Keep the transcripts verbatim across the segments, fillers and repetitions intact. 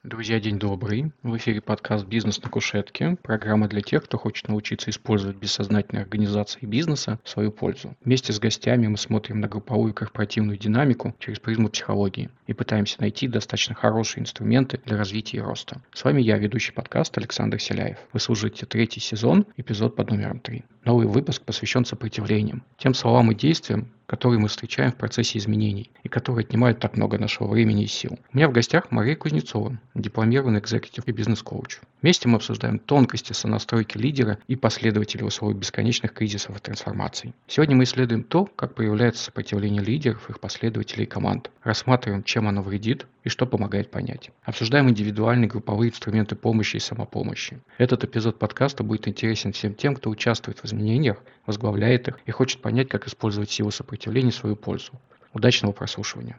Друзья, день добрый. В эфире подкаст «Бизнес на кушетке». Программа для тех, кто хочет научиться использовать бессознательные организации бизнеса в свою пользу. Вместе с гостями мы смотрим на групповую корпоративную динамику через призму психологии и пытаемся найти достаточно хорошие инструменты для развития и роста. С вами я, ведущий подкаста Александр Селяев. Вы слушаете третий сезон, эпизод под номером три. Новый выпуск посвящен сопротивлениям, тем словам и действиям, которые мы встречаем в процессе изменений и которые отнимают так много нашего времени и сил. У меня в гостях Мария Кузнецова, дипломированный экзекутив и бизнес-коуч. Вместе мы обсуждаем тонкости сонастройки лидера и последователя в условиях бесконечных кризисов и трансформаций. Сегодня мы исследуем то, как проявляется сопротивление лидеров, их последователей и команд. Рассматриваем, чем оно вредит и что помогает понять. Обсуждаем индивидуальные групповые инструменты помощи и самопомощи. Этот эпизод подкаста будет интересен всем тем, кто участвует в изменениях, возглавляет их и хочет понять, как использовать силу сопротивления в свою пользу. Удачного прослушивания.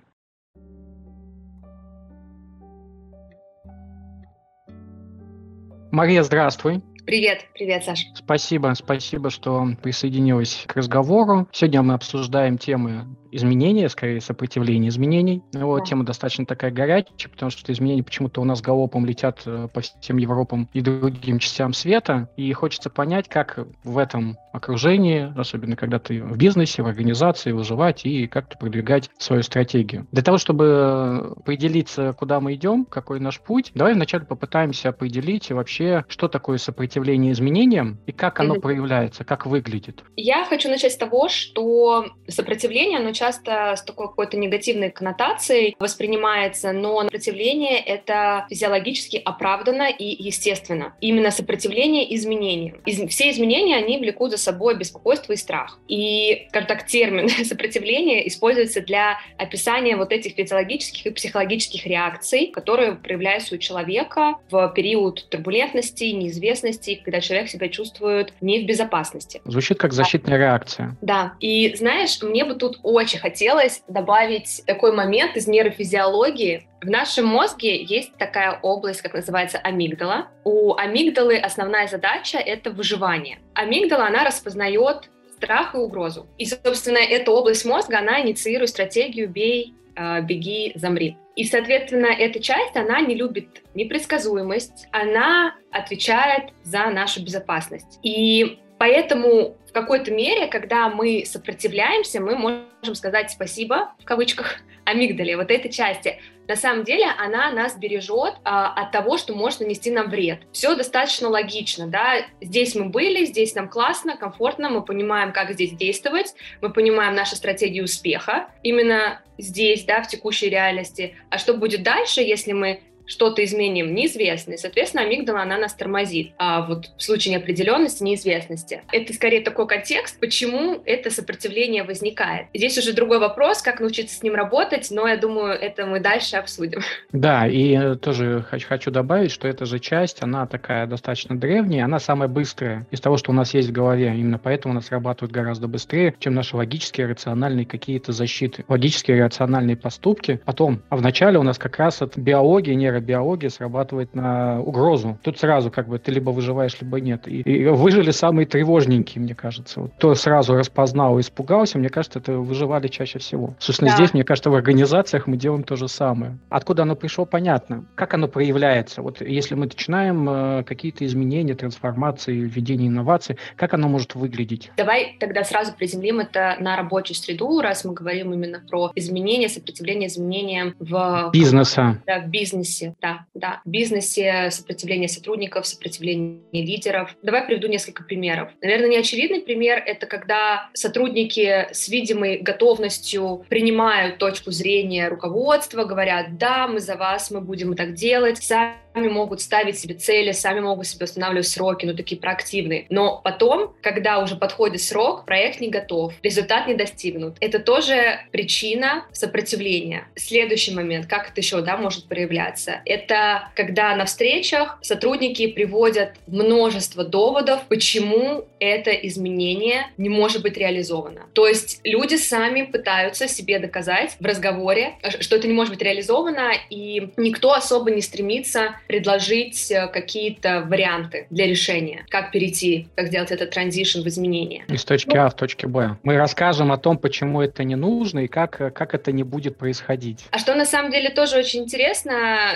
Мария, здравствуй. Привет, привет, Саш. Спасибо, спасибо, что присоединилась к разговору. Сегодня мы обсуждаем темы изменения, скорее сопротивления изменений. Вот, да. Тема достаточно такая горячая, потому что изменения почему-то у нас галопом летят по всем Европам и другим частям света. И хочется понять, как в этом окружении, особенно когда ты в бизнесе, в организации, выживать и как-то продвигать свою стратегию. Для того, чтобы определиться, куда мы идем, какой наш путь, давай вначале попытаемся определить вообще, что такое сопротивление изменениям и как оно mm-hmm. проявляется, как выглядит. Я хочу начать с того, что сопротивление, оно часто с такой какой-то негативной коннотацией воспринимается, но сопротивление — это физиологически оправданно и естественно. Именно сопротивление изменениям. Из- все изменения, они влекут за собой беспокойство и страх. И, скажем так, термин сопротивление используется для описания вот этих физиологических и психологических реакций, которые проявляются у человека в период турбулентности, неизвестности, когда человек себя чувствует не в безопасности. Звучит как защитная реакция. Да. И знаешь, мне бы тут очень хотелось добавить такой момент из нейрофизиологии. В нашем мозге есть такая область, как называется амигдала. У амигдалы основная задача — это выживание. Амигдала, она распознает страх и угрозу. И, собственно, эта область мозга, она инициирует стратегию «бей, беги, замри». И, соответственно, эта часть, она не любит непредсказуемость, она отвечает за нашу безопасность. И поэтому в какой-то мере, когда мы сопротивляемся, мы можем сказать «спасибо», в кавычках, амигдале, вот этой части. На самом деле она нас бережет а, от того, что может нанести нам вред. Все достаточно логично, да. Здесь мы были, здесь нам классно, комфортно, мы понимаем, как здесь действовать, мы понимаем нашу стратегию успеха именно здесь, да, в текущей реальности. А что будет дальше, если мы что-то изменим, неизвестно, и, соответственно, амигдала, она нас тормозит. А вот в случае неопределенности, неизвестности. Это скорее такой контекст, почему это сопротивление возникает. Здесь уже другой вопрос, как научиться с ним работать, но я думаю, это мы дальше обсудим. Да, и тоже хочу добавить, что эта же часть, она такая достаточно древняя, она самая быстрая из того, что у нас есть в голове. Именно поэтому она срабатывает гораздо быстрее, чем наши логические, рациональные какие-то защиты. Логические, рациональные поступки. Потом, а вначале у нас как раз от биологии, нейробиология, биология срабатывает на угрозу. Тут сразу как бы ты либо выживаешь, либо нет. И, и выжили самые тревожненькие, мне кажется. Вот, кто сразу распознал и испугался, мне кажется, это выживали чаще всего. Собственно, да. Здесь, мне кажется, в организациях мы делаем то же самое. Откуда оно пришло, понятно. Как оно проявляется? Вот если мы начинаем э, какие-то изменения, трансформации, введение инноваций, как оно может выглядеть? Давай тогда сразу приземлим это на рабочую среду, раз мы говорим именно про изменения, сопротивление изменениям в бизнеса. Да, в бизнесе. Да, да. В бизнесе сопротивление сотрудников, сопротивление лидеров. Давай приведу несколько примеров. Наверное, неочевидный пример — это когда сотрудники с видимой готовностью принимают точку зрения руководства, говорят: да, мы за вас, мы будем так делать, сами могут ставить себе цели, сами могут себе устанавливать сроки, ну, такие проактивные. Но потом, когда уже подходит срок, проект не готов, результат не достигнут. Это тоже причина сопротивления. Следующий момент, как это еще, да, может проявляться, это когда на встречах сотрудники приводят множество доводов, почему это изменение не может быть реализовано. То есть люди сами пытаются себе доказать в разговоре, что это не может быть реализовано, и никто особо не стремится предложить какие-то варианты для решения, как перейти, как сделать этот транзишн в изменение. Из точки А в точке Б. Мы расскажем о том, почему это не нужно и как, как это не будет происходить. А что на самом деле тоже очень интересно,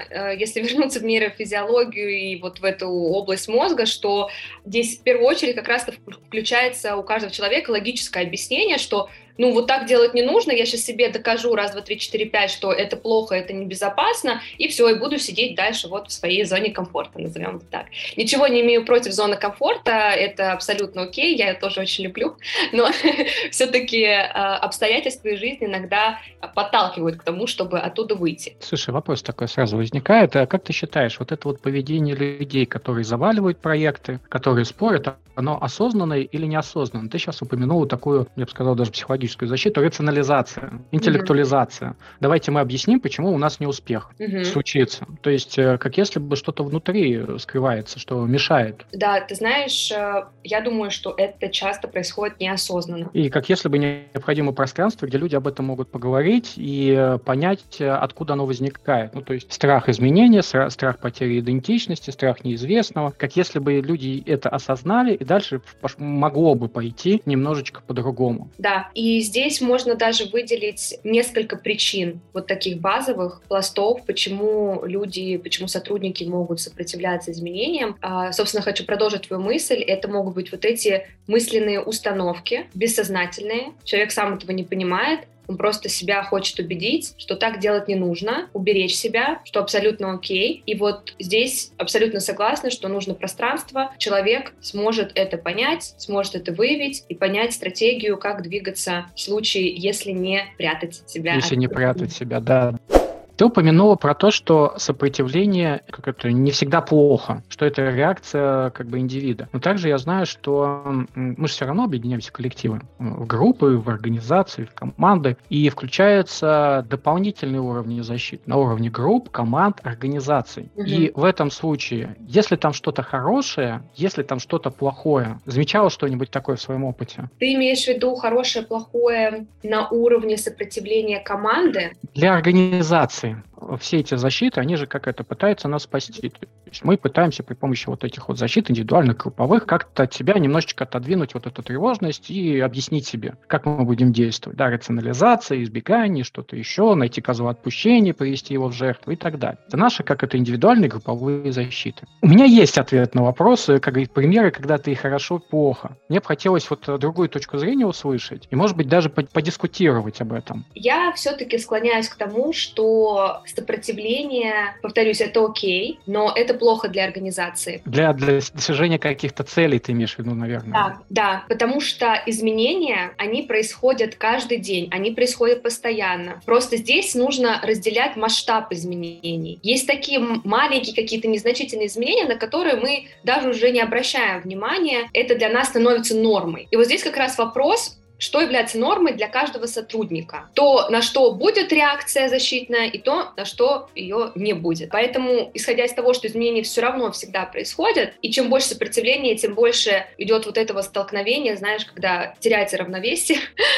э, если вернуться в нейрофизиологию и вот в эту область мозга, что здесь в первую очередь как раз-то включается у каждого человека логическое объяснение, что ну, вот так делать не нужно, я сейчас себе докажу раз, два, три, четыре, пять, что это плохо, это небезопасно, и все, и буду сидеть дальше вот в своей зоне комфорта, назовем это так. Ничего не имею против зоны комфорта, это абсолютно окей, я ее тоже очень люблю, но все-таки обстоятельства и жизнь иногда подталкивают к тому, чтобы оттуда выйти. Слушай, вопрос такой сразу возникает. А как ты считаешь, вот это вот поведение людей, которые заваливают проекты, которые спорят, оно осознанное или неосознанное? Ты сейчас упомянула такую, я бы сказал, даже психологическую защиту, рационализация, интеллектуализация. Mm-hmm. Давайте мы объясним, почему у нас не успех mm-hmm. случится. То есть, как если бы что-то внутри скрывается, что мешает. Да, ты знаешь, я думаю, что это часто происходит неосознанно. И как если бы необходимо пространство, где люди об этом могут поговорить и понять, откуда оно возникает. Ну, то есть страх изменения, страх потери идентичности, страх неизвестного. Как если бы люди это осознали, и дальше могло бы пойти немножечко по-другому. Да, и здесь можно даже выделить несколько причин вот таких базовых пластов, почему люди, почему сотрудники могут сопротивляться изменениям. А, собственно, хочу продолжить твою мысль. Это могут быть вот эти мысленные установки, бессознательные. Человек сам этого не понимает. Он просто себя хочет убедить, что так делать не нужно, уберечь себя, что абсолютно окей. И вот здесь абсолютно согласна, что нужно пространство. Человек сможет это понять, сможет это выявить и понять стратегию, как двигаться в случае, если не прятать себя. Если не прятать себя, да. Ты упомянула про то, что сопротивление как это, не всегда плохо, что это реакция как бы индивида. Но также я знаю, что мы же все равно объединяемся в коллективы, в группы, в организации, в команды, и включаются дополнительные уровни защиты на уровне групп, команд, организаций. Угу. И в этом случае, если там что-то хорошее, если там что-то плохое, замечала что-нибудь такое в своем опыте? Ты имеешь в виду хорошее, плохое на уровне сопротивления команды? Для организации. Все эти защиты, они же как это пытаются нас спасти. То есть мы пытаемся при помощи вот этих вот защит индивидуальных, групповых, как-то от себя немножечко отодвинуть вот эту тревожность и объяснить себе, как мы будем действовать. Да, рационализация, избегание, что-то еще, найти козла отпущения, привести его в жертву и так далее. Это наши, как это, индивидуальные групповые защиты. У меня есть ответ на вопросы, как говорит, примеры, когда ты хорошо, плохо. Мне бы хотелось вот другую точку зрения услышать и, может быть, даже подискутировать об этом. Я все-таки склоняюсь к тому, что сопротивление, повторюсь, это окей, но это плохо для организации. Для, для достижения каких-то целей ты имеешь в виду, наверное. Да, да, потому что изменения, они происходят каждый день, они происходят постоянно. Просто здесь нужно разделять масштаб изменений. Есть такие маленькие какие-то незначительные изменения, на которые мы даже уже не обращаем внимания. Это для нас становится нормой. И вот здесь как раз вопрос, что является нормой для каждого сотрудника. То, на что будет реакция защитная, и то, на что ее не будет. Поэтому, исходя из того, что изменения все равно всегда происходят, и чем больше сопротивления, тем больше идет вот этого столкновения, знаешь, когда теряется равновесие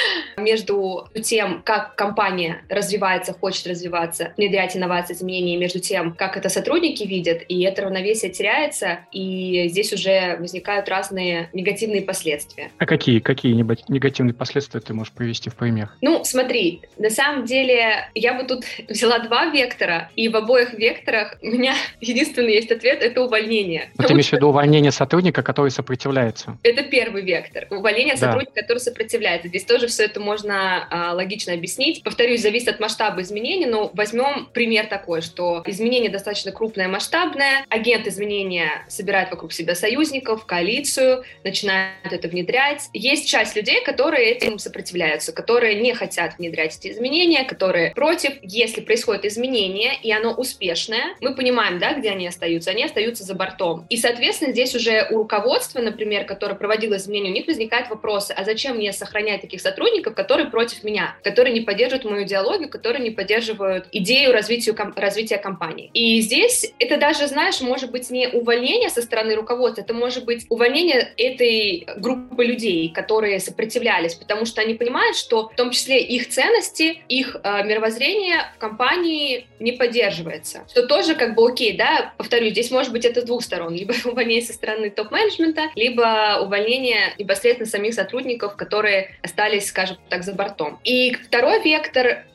между тем, как компания развивается, хочет развиваться, внедрять инновации, изменения, между тем, как это сотрудники видят, и это равновесие теряется, и здесь уже возникают разные негативные последствия. А какие, какие негативные последствия ты можешь привести в пример? Ну, смотри, на самом деле я бы тут взяла два вектора, и в обоих векторах у меня единственный есть ответ — это увольнение. Но ты имеешь в виду увольнение сотрудника, который сопротивляется? Это первый вектор. Увольнение да. сотрудника, который сопротивляется. Здесь тоже все это можно а, логично объяснить. Повторюсь, зависит от масштаба изменений, но возьмем пример такой, что изменение достаточно крупное, масштабное, агент изменения собирает вокруг себя союзников, коалицию, начинает это внедрять. Есть часть людей, которые этим сопротивляются, которые не хотят внедрять эти изменения, которые против. Если происходит изменение, и оно успешное, мы понимаем, да, где они остаются. Они остаются за бортом. И, соответственно, здесь уже у руководства, например, которое проводило изменения, у них возникают вопросы: а зачем мне сохранять таких сотрудников, которые против меня, которые не поддерживают мою идеологию, которые не поддерживают идею развития, развития компании. И здесь это даже, знаешь, может быть не увольнение со стороны руководства, это может быть увольнение этой группы людей, которые сопротивлялись, потому что они понимают, что в том числе их ценности, их э, мировоззрение в компании не поддерживается. Что тоже как бы окей, да, повторюсь, здесь может быть это с двух сторон, либо увольнение со стороны топ-менеджмента, либо увольнение непосредственно самих сотрудников, которые остались, скажем так, за бортом. И второй вектор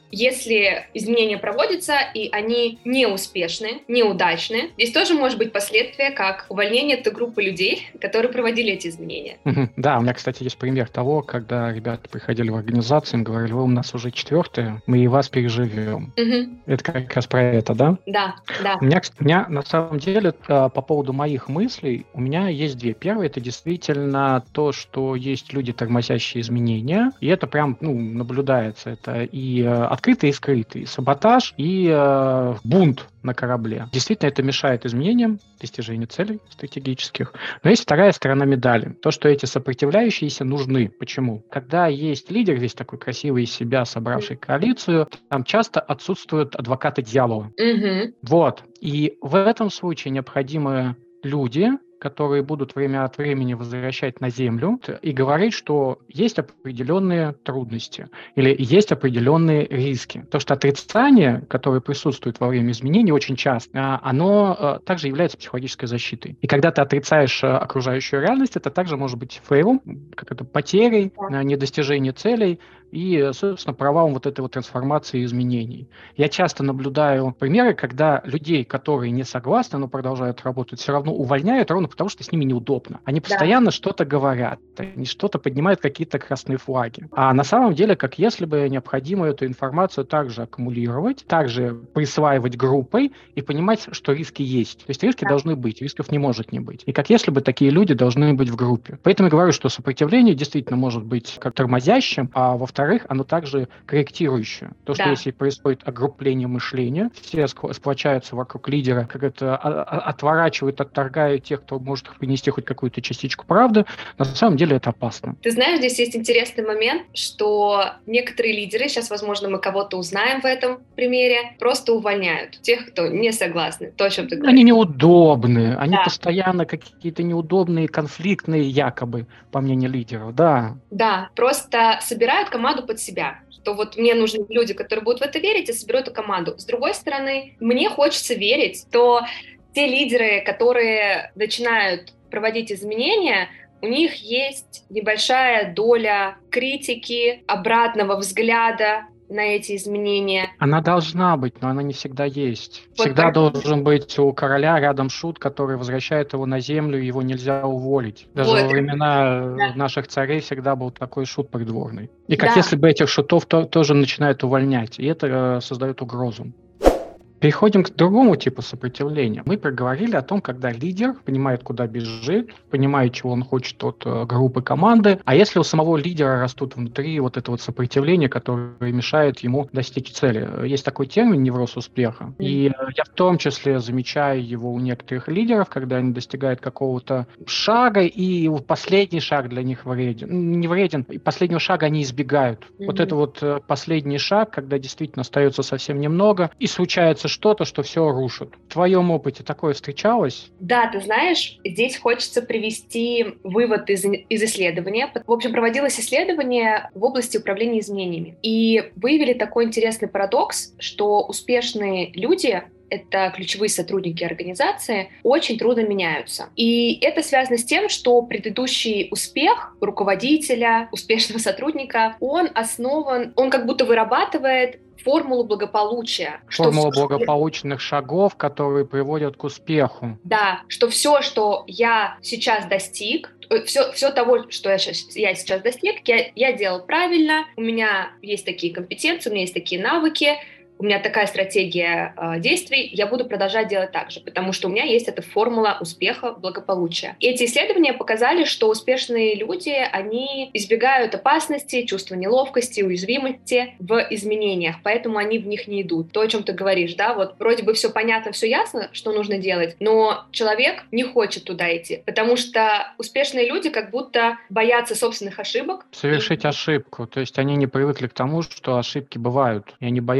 Если изменения проводятся, и они неуспешны, неудачны, здесь тоже может быть последствия, как увольнение той группы людей, которые проводили эти изменения. Мгм. Да, у меня, кстати, есть пример того, когда ребята приходили в организацию и говорили: вы у нас уже четвертые, мы и вас переживем. Мгм. Это как раз про это, да? Да, да. У меня, кс- у меня на самом деле э, по поводу моих мыслей, у меня есть две. Первое — это действительно то, что есть люди, тормозящие изменения, и это прям, ну, наблюдается. Это и э, открытый, и скрытый, саботаж, и э, бунт на корабле. Действительно, это мешает изменениям, достижению целей стратегических. Но есть вторая сторона медали. То, что эти сопротивляющиеся нужны. Почему? Когда есть лидер, весь такой красивый из себя, собравший коалицию, там часто отсутствуют адвокаты дьявола. Мгм. Вот. И в этом случае необходимы люди, которые будут время от времени возвращать на землю и говорить, что есть определенные трудности или есть определенные риски. То, что отрицание, которое присутствует во время изменений очень часто, а, оно а, также является психологической защитой. И когда ты отрицаешь а, окружающую реальность, это также может быть фейлом, как это, потерей, а, недостижение целей и, собственно, провалом вот этой вот трансформации и изменений. Я часто наблюдаю примеры, когда людей, которые не согласны, но продолжают работать, все равно увольняют ровно потому, что с ними неудобно. Они постоянно что-то говорят, они что-то поднимают, какие-то красные флаги. А на самом деле, как если бы необходимо эту информацию также аккумулировать, также присваивать группой и понимать, что риски есть. То есть риски должны быть, рисков не может не быть. И как если бы такие люди должны быть в группе. Поэтому я говорю, что сопротивление действительно может быть как тормозящим, а во-вторых, оно также корректирующее. То, что Да. если происходит огрупление мышления, все ск- сплочаются вокруг лидера, как это а- а- отворачивают, отторгают тех, кто может принести хоть какую-то частичку правды, на самом деле это опасно. Ты знаешь, здесь есть интересный момент, что некоторые лидеры, сейчас, возможно, мы кого-то узнаем в этом примере, просто увольняют тех, кто не согласны. То, о чем ты говоришь. Они неудобные, они Да. постоянно какие-то неудобные, конфликтные, якобы, по мнению лидеров, да. Да, просто собирают команду под себя. Что вот мне нужны люди, которые будут в это верить, и соберу эту команду. С другой стороны, мне хочется верить, что те лидеры, которые начинают проводить изменения, у них есть небольшая доля критики, обратного взгляда на эти изменения. Она должна быть, но она не всегда есть. Вот Всегда поэтому- должен быть у короля рядом шут, который возвращает его на землю, и его нельзя уволить. Даже Вот. во времена Да. наших царей всегда был такой шут придворный. И как Да. если бы этих шутов то- тоже начинают увольнять, и это э, создает угрозу. Переходим к другому типу сопротивления. Мы проговорили о том, когда лидер понимает, куда бежит, понимает, чего он хочет от э, группы, команды. А если у самого лидера растут внутри вот это вот сопротивление, которое мешает ему достичь цели. Есть такой термин — невроз успеха. И э, я в том числе замечаю его у некоторых лидеров, когда они достигают какого-то шага, и вот последний шаг для них вреден. Ну, не вреден, и последнего шага они избегают. Вот Мгм. это вот э, последний шаг, когда действительно остается совсем немного, и случается что-то, что все рушит. В твоем опыте такое встречалось? Да, ты знаешь, здесь хочется привести вывод из, из исследования. В общем, проводилось исследование в области управления изменениями. И выявили такой интересный парадокс, что успешные люди — это ключевые сотрудники организации, очень трудно меняются. И это связано с тем, что предыдущий успех руководителя, успешного сотрудника, он основан, он как будто вырабатывает формулу благополучия. Формула что всё, что- благополучных шагов, которые приводят к успеху. Да, что все, что я сейчас достиг, все, все того, что я сейчас, я сейчас достиг, я, я делал правильно, у меня есть такие компетенции, у меня есть такие навыки, у меня такая стратегия э, действий, я буду продолжать делать так же, потому что у меня есть эта формула успеха, благополучия. И эти исследования показали, что успешные люди, они избегают опасности, чувства неловкости, уязвимости в изменениях, поэтому они в них не идут. То, о чем ты говоришь, да, вот вроде бы все понятно, все ясно, что нужно делать, но человек не хочет туда идти, потому что успешные люди как будто боятся собственных ошибок. Совершить И- ошибку. То есть они не привыкли к тому, что ошибки бывают, и они боятся Да. совершить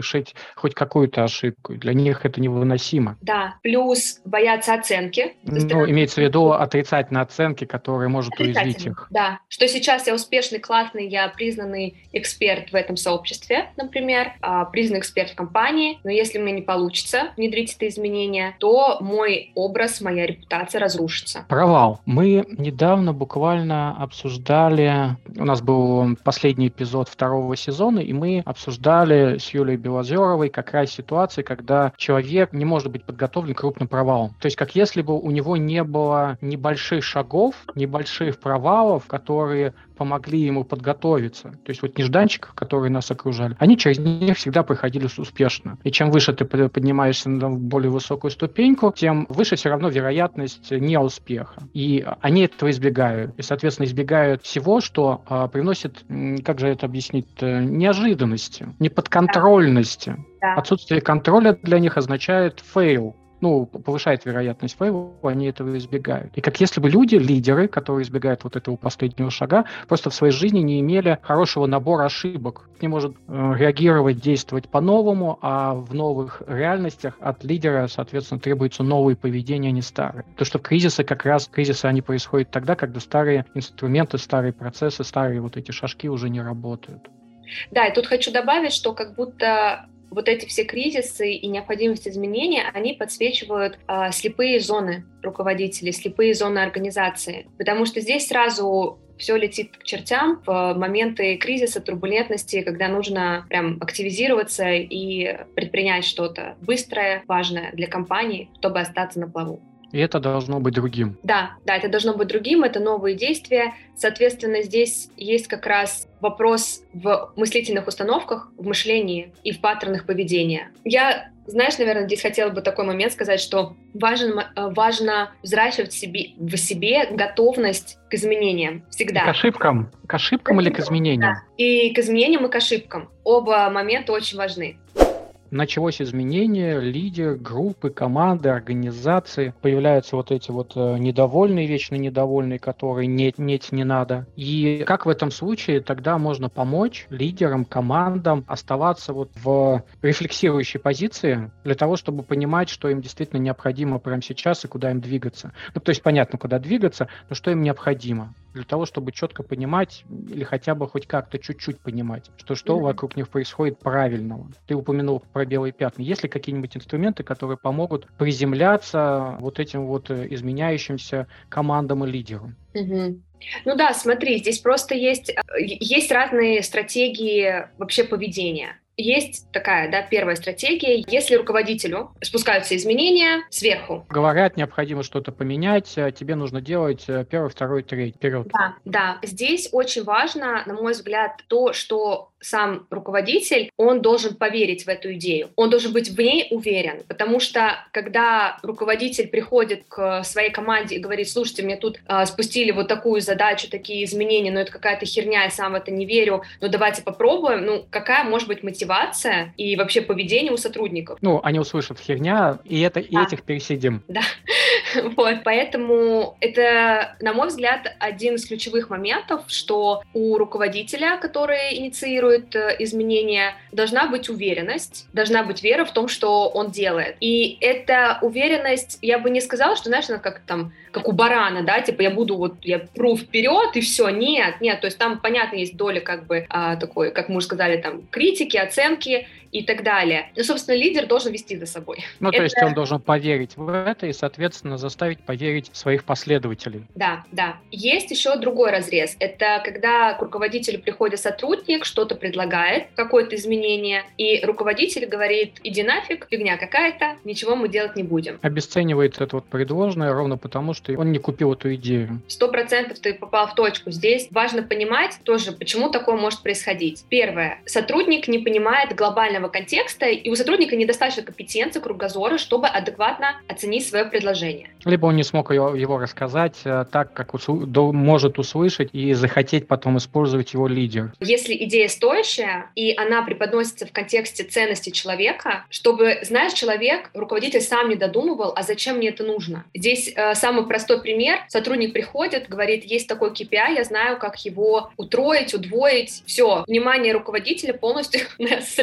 совершить хоть какую-то ошибку. Для них это невыносимо. Да, плюс боятся оценки. Ну, имеется в виду отрицательные оценки, которые может уязвить их. Да, что сейчас я успешный, классный, я признанный эксперт в этом сообществе, например, признанный эксперт в компании, но если у меня не получится внедрить это изменение, то мой образ, моя репутация разрушится. Провал. Мы недавно буквально обсуждали, у нас был последний эпизод второго сезона, и мы обсуждали с Юлией Белозеровой как раз ситуации, когда человек не может быть подготовлен к крупным провалам. То есть как если бы у него не было небольших шагов, небольших провалов, которые помогли ему подготовиться. То есть вот нежданчиков, которые нас окружали, они через них всегда проходили успешно. И чем выше ты поднимаешься на более высокую ступеньку, тем выше все равно вероятность неуспеха. И они этого избегают. И, соответственно, избегают всего, что а, приносит, как же это объяснить, неожиданности, неподконтрольности. Да. Отсутствие контроля для них означает фейл. Ну, повышает вероятность фейла, они этого избегают. И как если бы люди, лидеры, которые избегают вот этого последнего шага, просто в своей жизни не имели хорошего набора ошибок. Не может э, реагировать, действовать по-новому, а в новых реальностях от лидера, соответственно, требуется новые поведения, а не старые. То, что кризисы, как раз кризисы, они происходят тогда, когда старые инструменты, старые процессы, старые вот эти шажки уже не работают. Да, и тут хочу добавить, что как будто вот эти все кризисы и необходимость изменения, они подсвечивают э, слепые зоны руководителей, слепые зоны организации, потому что здесь сразу все летит к чертям в моменты кризиса, турбулентности, когда нужно прям активизироваться и предпринять что-то быстрое, важное для компании, чтобы остаться на плаву. И это должно быть другим. Да, да, это должно быть другим, это новые действия. Соответственно, здесь есть как раз вопрос в мыслительных установках, в мышлении и в паттернах поведения. Я, знаешь, наверное, здесь хотела бы такой момент сказать, что важен, важно взращивать в себе, в себе готовность к изменениям всегда. И к ошибкам? К ошибкам к или к изменениям? Да. И к изменениям, и к ошибкам. Оба момента очень важны. Началось изменение, лидер, группы, команды, организации. Появляются вот эти вот недовольные, вечно недовольные, которые нет, нет, не надо. И как в этом случае тогда можно помочь лидерам, командам оставаться вот в рефлексирующей позиции для того, чтобы понимать, что им действительно необходимо прямо сейчас и куда им двигаться. Ну, то есть понятно, куда двигаться, но что им необходимо для того, чтобы четко понимать или хотя бы хоть как-то чуть-чуть понимать, что что mm-hmm. вокруг них происходит правильного. Ты упомянул про белые пятна. Есть ли какие-нибудь инструменты, которые помогут приземляться вот этим вот изменяющимся командам и лидерам? Mm-hmm. Ну да, смотри, здесь просто есть, есть разные стратегии вообще поведения. Есть такая, да, первая стратегия, если руководителю спускаются изменения сверху. Говорят, необходимо что-то поменять, тебе нужно делать первый, второй, третий, вперед. Да, да. Здесь очень важно, на мой взгляд, то, что сам руководитель, он должен поверить в эту идею, он должен быть в ней уверен, потому что когда руководитель приходит к своей команде и говорит: слушайте, мне тут э, спустили вот такую задачу, такие изменения, но это какая-то херня, я сам в это не верю, но давайте попробуем, ну какая может быть мотивация и вообще поведение у сотрудников? Ну, они услышат херня, и, это, и да. этих пересидим. Да, вот, поэтому это, на мой взгляд, один из ключевых моментов, что у руководителя, который инициирует изменения, должна быть уверенность, должна быть вера в том, что он делает. И эта уверенность, я бы не сказала, что, знаешь, она как там, как у барана, да, типа я буду вот, я пру вперед и все. Нет, нет, то есть там, понятно, есть доля как бы а, такой, как мы уже сказали, там, критики, оценки и так далее. Но, собственно, лидер должен вести за собой. Ну, это... то есть он должен поверить в это и, соответственно, заставить поверить своих последователей. Да, да. Есть еще другой разрез. Это когда к руководителю приходит сотрудник, что-то предлагает, какое-то изменение, и руководитель говорит: иди нафиг, фигня какая-то, ничего мы делать не будем. Обесценивает это вот предложенное ровно потому, что он не купил эту идею. Сто процентов ты попал в точку. Здесь важно понимать тоже, почему такое может происходить. Первое. Сотрудник не понимает глобального контекста, и у сотрудника недостаточно компетенции, кругозора, чтобы адекватно оценить свое предложение. Либо он не смог его, его рассказать так, как усл- может услышать и захотеть потом использовать его лидер. Если идея стоящая, и она преподносится в контексте ценности человека, чтобы, знаешь, человек, руководитель сам не додумывал, а зачем мне это нужно. Здесь э, самый простой пример. Сотрудник приходит, говорит: есть такой кей пи ай, я знаю, как его утроить, удвоить. Все, внимание руководителя полностью сосредоточено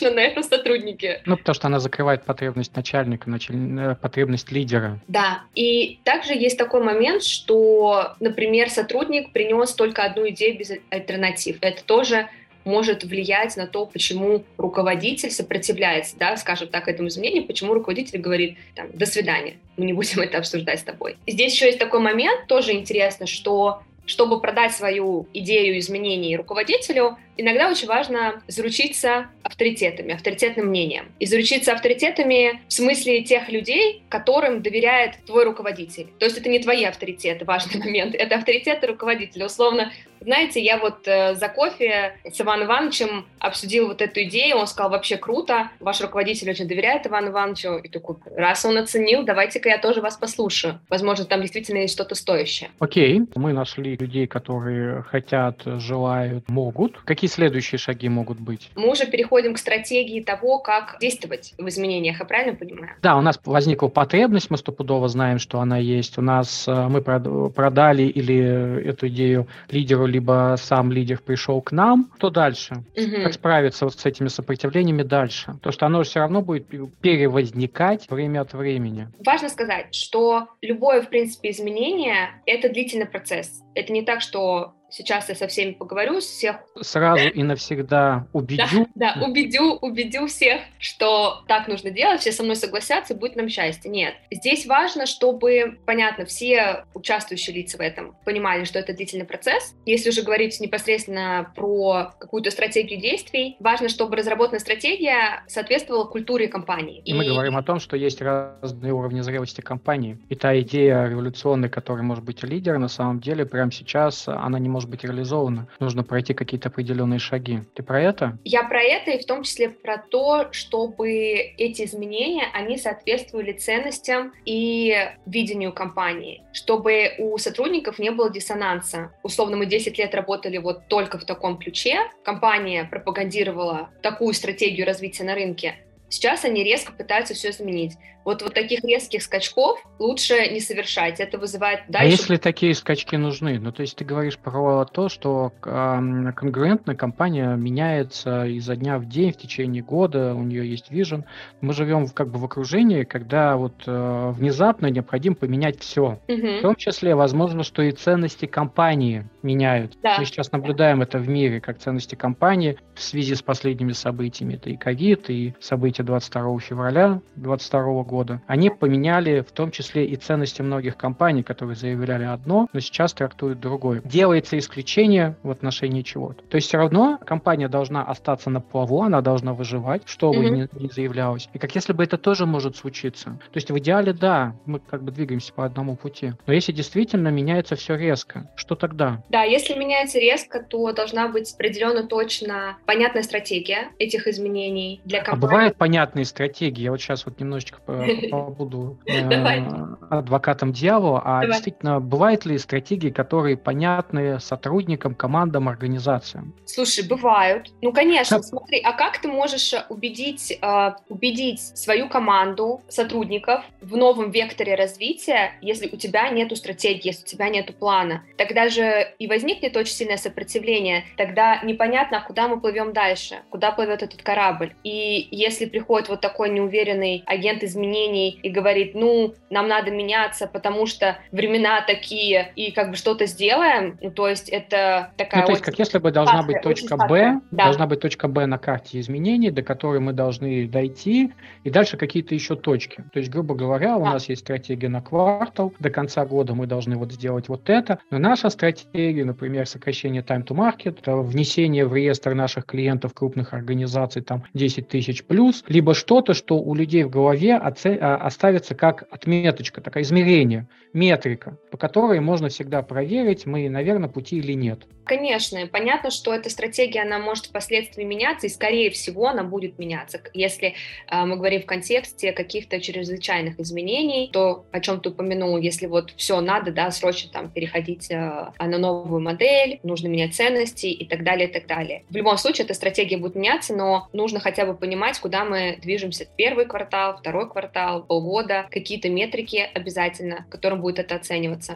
точно на этом сотруднике. Ну, потому что она закрывает потребность начальника, началь... потребность лидера. Да, и также есть такой момент, что, например, сотрудник принес только одну идею без альтернатив. Это тоже может влиять на то, почему руководитель сопротивляется, да, скажем так, этому изменению, почему руководитель говорит, там, до свидания, мы не будем это обсуждать с тобой. Здесь еще есть такой момент, тоже интересно, что чтобы продать свою идею изменений руководителю, иногда очень важно заручиться авторитетами, авторитетным мнением. И заручиться авторитетами в смысле тех людей, которым доверяет твой руководитель. То есть это не твои авторитеты, важный момент, это авторитеты руководителя. Условно, знаете, я вот э, за кофе с Иваном Ивановичем обсудил вот эту идею, он сказал, вообще круто, ваш руководитель очень доверяет Ивану Ивановичу, и такой, раз он оценил, давайте-ка я тоже вас послушаю. Возможно, там действительно есть что-то стоящее. Окей, мы нашли людей, которые хотят, желают, могут. Какие следующие шаги могут быть? Мы уже переходим к стратегии того, как действовать в изменениях, я правильно понимаю? Да, у нас возникла потребность, мы стопудово знаем, что она есть. У нас мы продали или эту идею лидеру, либо сам лидер пришел к нам. Что дальше? Угу. Как справиться вот с этими сопротивлениями дальше? Потому что оно все равно будет перевозникать время от времени. Важно сказать, что любое, в принципе, изменение — это длительный процесс. Это не так, что сейчас я со всеми поговорю, всех... Сразу и навсегда убедю. Да, да, убедю, убедю всех, что так нужно делать, все со мной согласятся, и будет нам счастье. Нет. Здесь важно, чтобы, понятно, все участвующие лица в этом понимали, что это длительный процесс. Если уже говорить непосредственно про какую-то стратегию действий, важно, чтобы разработанная стратегия соответствовала культуре компании. И, и мы говорим о том, что есть разные уровни зрелости компании. И та идея революционная, которая может быть лидер, на самом деле прямо сейчас она не может быть реализована. Нужно пройти какие-то определенные шаги. Ты про это? Я про это, и в том числе про то, чтобы эти изменения, они соответствовали ценностям и видению компании, чтобы у сотрудников не было диссонанса. Условно, мы десять лет работали вот только в таком ключе, компания пропагандировала такую стратегию развития на рынке, сейчас они резко пытаются все изменить. Вот, вот таких резких скачков лучше не совершать. Это вызывает дальше... А если такие скачки нужны? Ну, то есть ты говоришь про то, что э, конкурентная компания меняется изо дня в день, в течение года, у нее есть вижен. Мы живем в, как бы в окружении, когда вот э, внезапно необходимо поменять все. Угу. В том числе, возможно, что и ценности компании меняют. Да. Мы сейчас наблюдаем это в мире, как ценности компании в связи с последними событиями. Это и ковид, и события двадцать второго февраля двадцать второго года. года. Они поменяли в том числе и ценности многих компаний, которые заявляли одно, но сейчас трактуют другое. Делается исключение в отношении чего-то. То есть все равно компания должна остаться на плаву, она должна выживать, что бы Mm-hmm. ни, ни заявлялось. И как если бы это тоже может случиться. То есть в идеале, да, мы как бы двигаемся по одному пути. Но если действительно меняется все резко, что тогда? Да, если меняется резко, то должна быть определенно точно понятная стратегия этих изменений для компании. А бывают понятные стратегии? Я вот сейчас вот немножечко побуду э, адвокатом дьявола, а Давай. Действительно, бывают ли стратегии, которые понятны сотрудникам, командам, организациям? Слушай, бывают. Ну, конечно, как? Смотри, а как ты можешь убедить, э, убедить свою команду, сотрудников в новом векторе развития, если у тебя нету стратегии, если у тебя нету плана? Тогда же и возникнет очень сильное сопротивление, тогда непонятно, куда мы плывем дальше, куда плывет этот корабль. И если приходит вот такой неуверенный агент изменений и говорит, ну, нам надо меняться, потому что времена такие, и как бы что-то сделаем, ну, то есть это такая... Ну, то есть очень как если бы должна фактор, быть точка Б, да. должна быть точка Б на карте изменений, до которой мы должны дойти, и дальше какие-то еще точки. То есть, грубо говоря, у да. нас есть стратегия на квартал, до конца года мы должны вот сделать вот это, но наша стратегия, например, сокращение time to market, внесение в реестр наших клиентов крупных организаций, там, десять тысяч плюс, либо что-то, что у людей в голове оставится как отметочка, такое измерение, метрика, по которой можно всегда проверить, мы на верном пути или нет. Конечно, понятно, что эта стратегия, она может впоследствии меняться, и, скорее всего, она будет меняться. Если э, мы говорим в контексте каких-то чрезвычайных изменений, то, о чем ты упомянул, если вот все надо, да, срочно там переходить э, на новую модель, нужно менять ценности и так далее, и так далее. В любом случае, эта стратегия будет меняться, но нужно хотя бы понимать, куда мы движемся. Первый квартал, второй квартал, полгода, какие-то метрики обязательно, которым будет это оцениваться.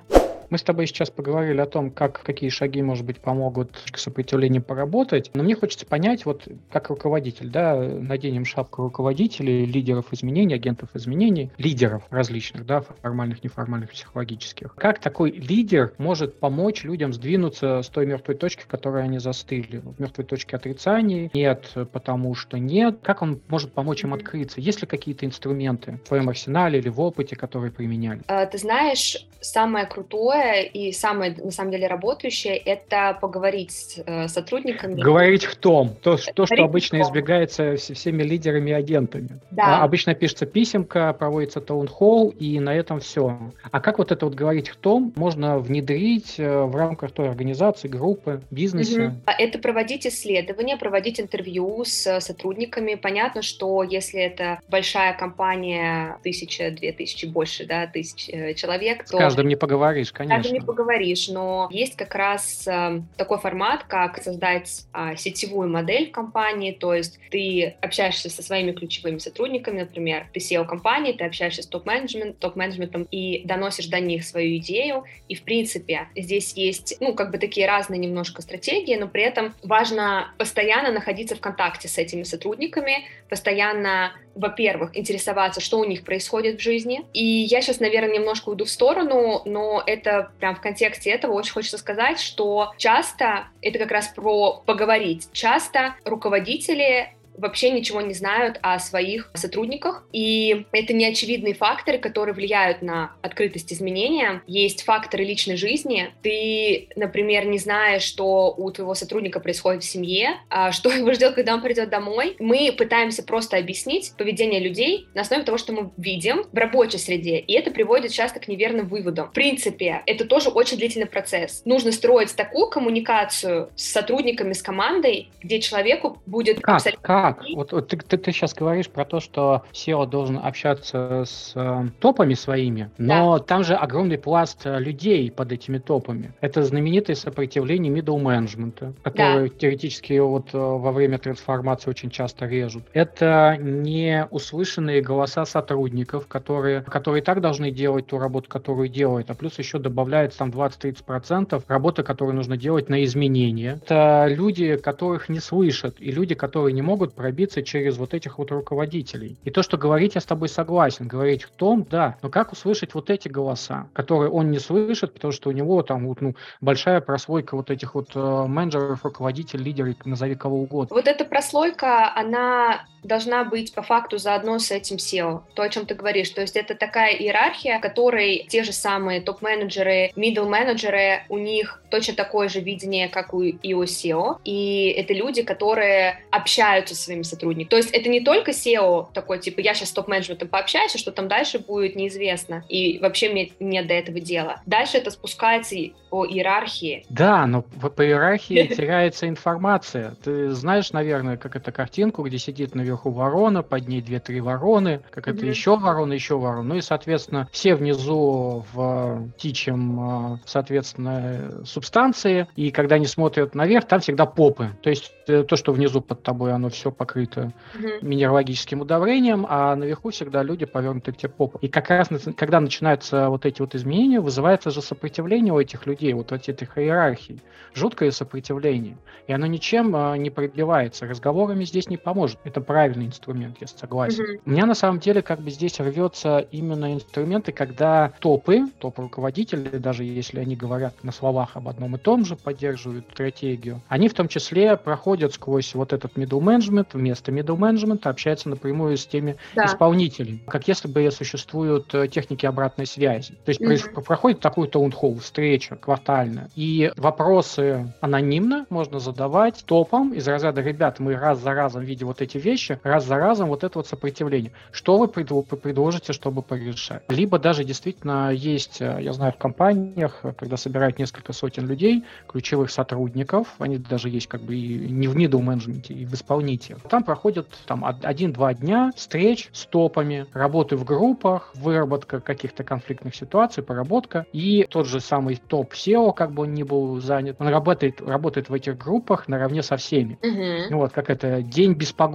Мы с тобой сейчас поговорили о том, как, какие шаги, может быть, помогут к сопротивлению поработать, но мне хочется понять, вот как руководитель, да, наденем шапку руководителей, лидеров изменений, агентов изменений, лидеров различных, да, формальных, неформальных, психологических. Как такой лидер может помочь людям сдвинуться с той мертвой точки, в которой они застыли? В мертвой точке отрицаний, нет, потому что нет. Как он может помочь им открыться? Есть ли какие-то инструменты в твоем арсенале или в опыте, которые применяли? Ты знаешь, самое крутое и самое, на самом деле, работающее — это поговорить с э, сотрудниками. Говорить в том, то, то что Говорить обычно в том. избегается всеми лидерами и агентами. Да. А, обычно пишется писемка, проводится таунхолл, и на этом все. А как вот это вот говорить в том можно внедрить э, в рамках той организации, группы, бизнеса? Угу. Это проводить исследования, проводить интервью с сотрудниками. Понятно, что если это большая компания, тысяча, две тысячи, больше, да, тысяч э, человек, то... С каждым не поговоришь, С конечно. каждым не поговоришь, но есть как раз э, такой формат, как создать э, сетевую модель в компании, то есть ты общаешься со своими ключевыми сотрудниками, например, ты си и о компании, ты общаешься с топ-менеджмент, топ-менеджментом и доносишь до них свою идею, и, в принципе, здесь есть, ну, как бы такие разные немножко стратегии, но при этом важно постоянно находиться в контакте с этими сотрудниками, постоянно, во-первых, интересоваться, что у них происходит в жизни, и я сейчас, наверное, немножко уйду в сторону, но это прям в контексте этого очень хочется сказать, что часто это как раз про поговорить. Часто руководители вообще ничего не знают о своих сотрудниках, и это неочевидные факторы, которые влияют на открытость изменения. Есть факторы личной жизни. Ты, например, не знаешь, что у твоего сотрудника происходит в семье, что его ждет, когда он придет домой. Мы пытаемся просто объяснить поведение людей на основе того, что мы видим в рабочей среде, и это приводит часто к неверным выводам. В принципе, это тоже очень длительный процесс. Нужно строить такую коммуникацию с сотрудниками, с командой, где человеку будет как? абсолютно... Как? Вот, вот ты, ты, ты сейчас говоришь про то, что си и о должен общаться с э, топами своими, но да. Там же огромный пласт людей под этими топами. Это знаменитое сопротивление middle management, которое да. теоретически вот во время трансформации очень часто режут. Это не услышанные голоса сотрудников, которые, которые и так должны делать ту работу, которую делают, а плюс еще добавляется там двадцать-тридцать процентов работы, которую нужно делать на изменения. Это люди, которых не слышат, и люди, которые не могут пробиться через вот этих вот руководителей. И то, что говорить, я с тобой согласен. Говорить в том, да, но как услышать вот эти голоса, которые он не слышит, потому что у него там вот, ну, большая прослойка вот этих вот э, менеджеров, руководителей, лидеров, назови кого угодно. Вот эта прослойка, она должна быть по факту заодно с этим си и о, то, о чем ты говоришь. То есть это такая иерархия, в которой те же самые топ-менеджеры, middle-менеджеры, у них точно такое же видение, как у, и у си и о, и это люди, которые общаются с своими сотрудниками. То есть это не только си и о такой, типа, я сейчас с топ-менеджментом пообщаюсь, а что там дальше будет, неизвестно, и вообще мне нет до этого дела. Дальше это спускается по иерархии. Да, но по иерархии теряется информация. Ты знаешь, наверное, как эту картинку, где сидит наверху ворона, под ней две-три вороны, как это еще ворона, еще ворона. Ну и, соответственно, все внизу в птичьем, соответственно, субстанции, и когда они смотрят наверх, там всегда попы. То есть то, что внизу под тобой, оно все покрыто uh-huh. минералогическим удобрением, а наверху всегда люди повернуты к тебе попу. И как раз, когда начинаются вот эти вот изменения, вызывается же сопротивление у этих людей, вот от этих иерархий. Жуткое сопротивление. И оно ничем а, не пробивается. Разговорами здесь не поможет. Это правильный инструмент, я согласен. Uh-huh. У меня на самом деле как бы здесь рвется именно инструменты, когда топы, топ-руководители, даже если они говорят на словах об одном и том же, поддерживают стратегию, они в том числе проходят сквозь вот этот middle management, вместо middle management общаются напрямую с теми да. исполнителями, как если бы существуют техники обратной связи. То есть mm-hmm. проходит такой таунхолл, встреча квартальная, и вопросы анонимно можно задавать топам из разряда: ребят, мы раз за разом видим вот эти вещи, раз за разом вот это вот сопротивление. Что вы предложите, чтобы порешать? Либо даже действительно есть, я знаю, в компаниях, когда собирают несколько сотен людей, ключевых сотрудников, они даже есть как бы и не в middle менеджменте, и в исполнителе. Там проходят там один-два дня встреч с топами, работы в группах, выработка каких-то конфликтных ситуаций, проработка. И тот же самый топ си и о, как бы он ни был занят, он работает, работает в этих группах наравне со всеми. Uh-huh. Вот, как это, день без погон. И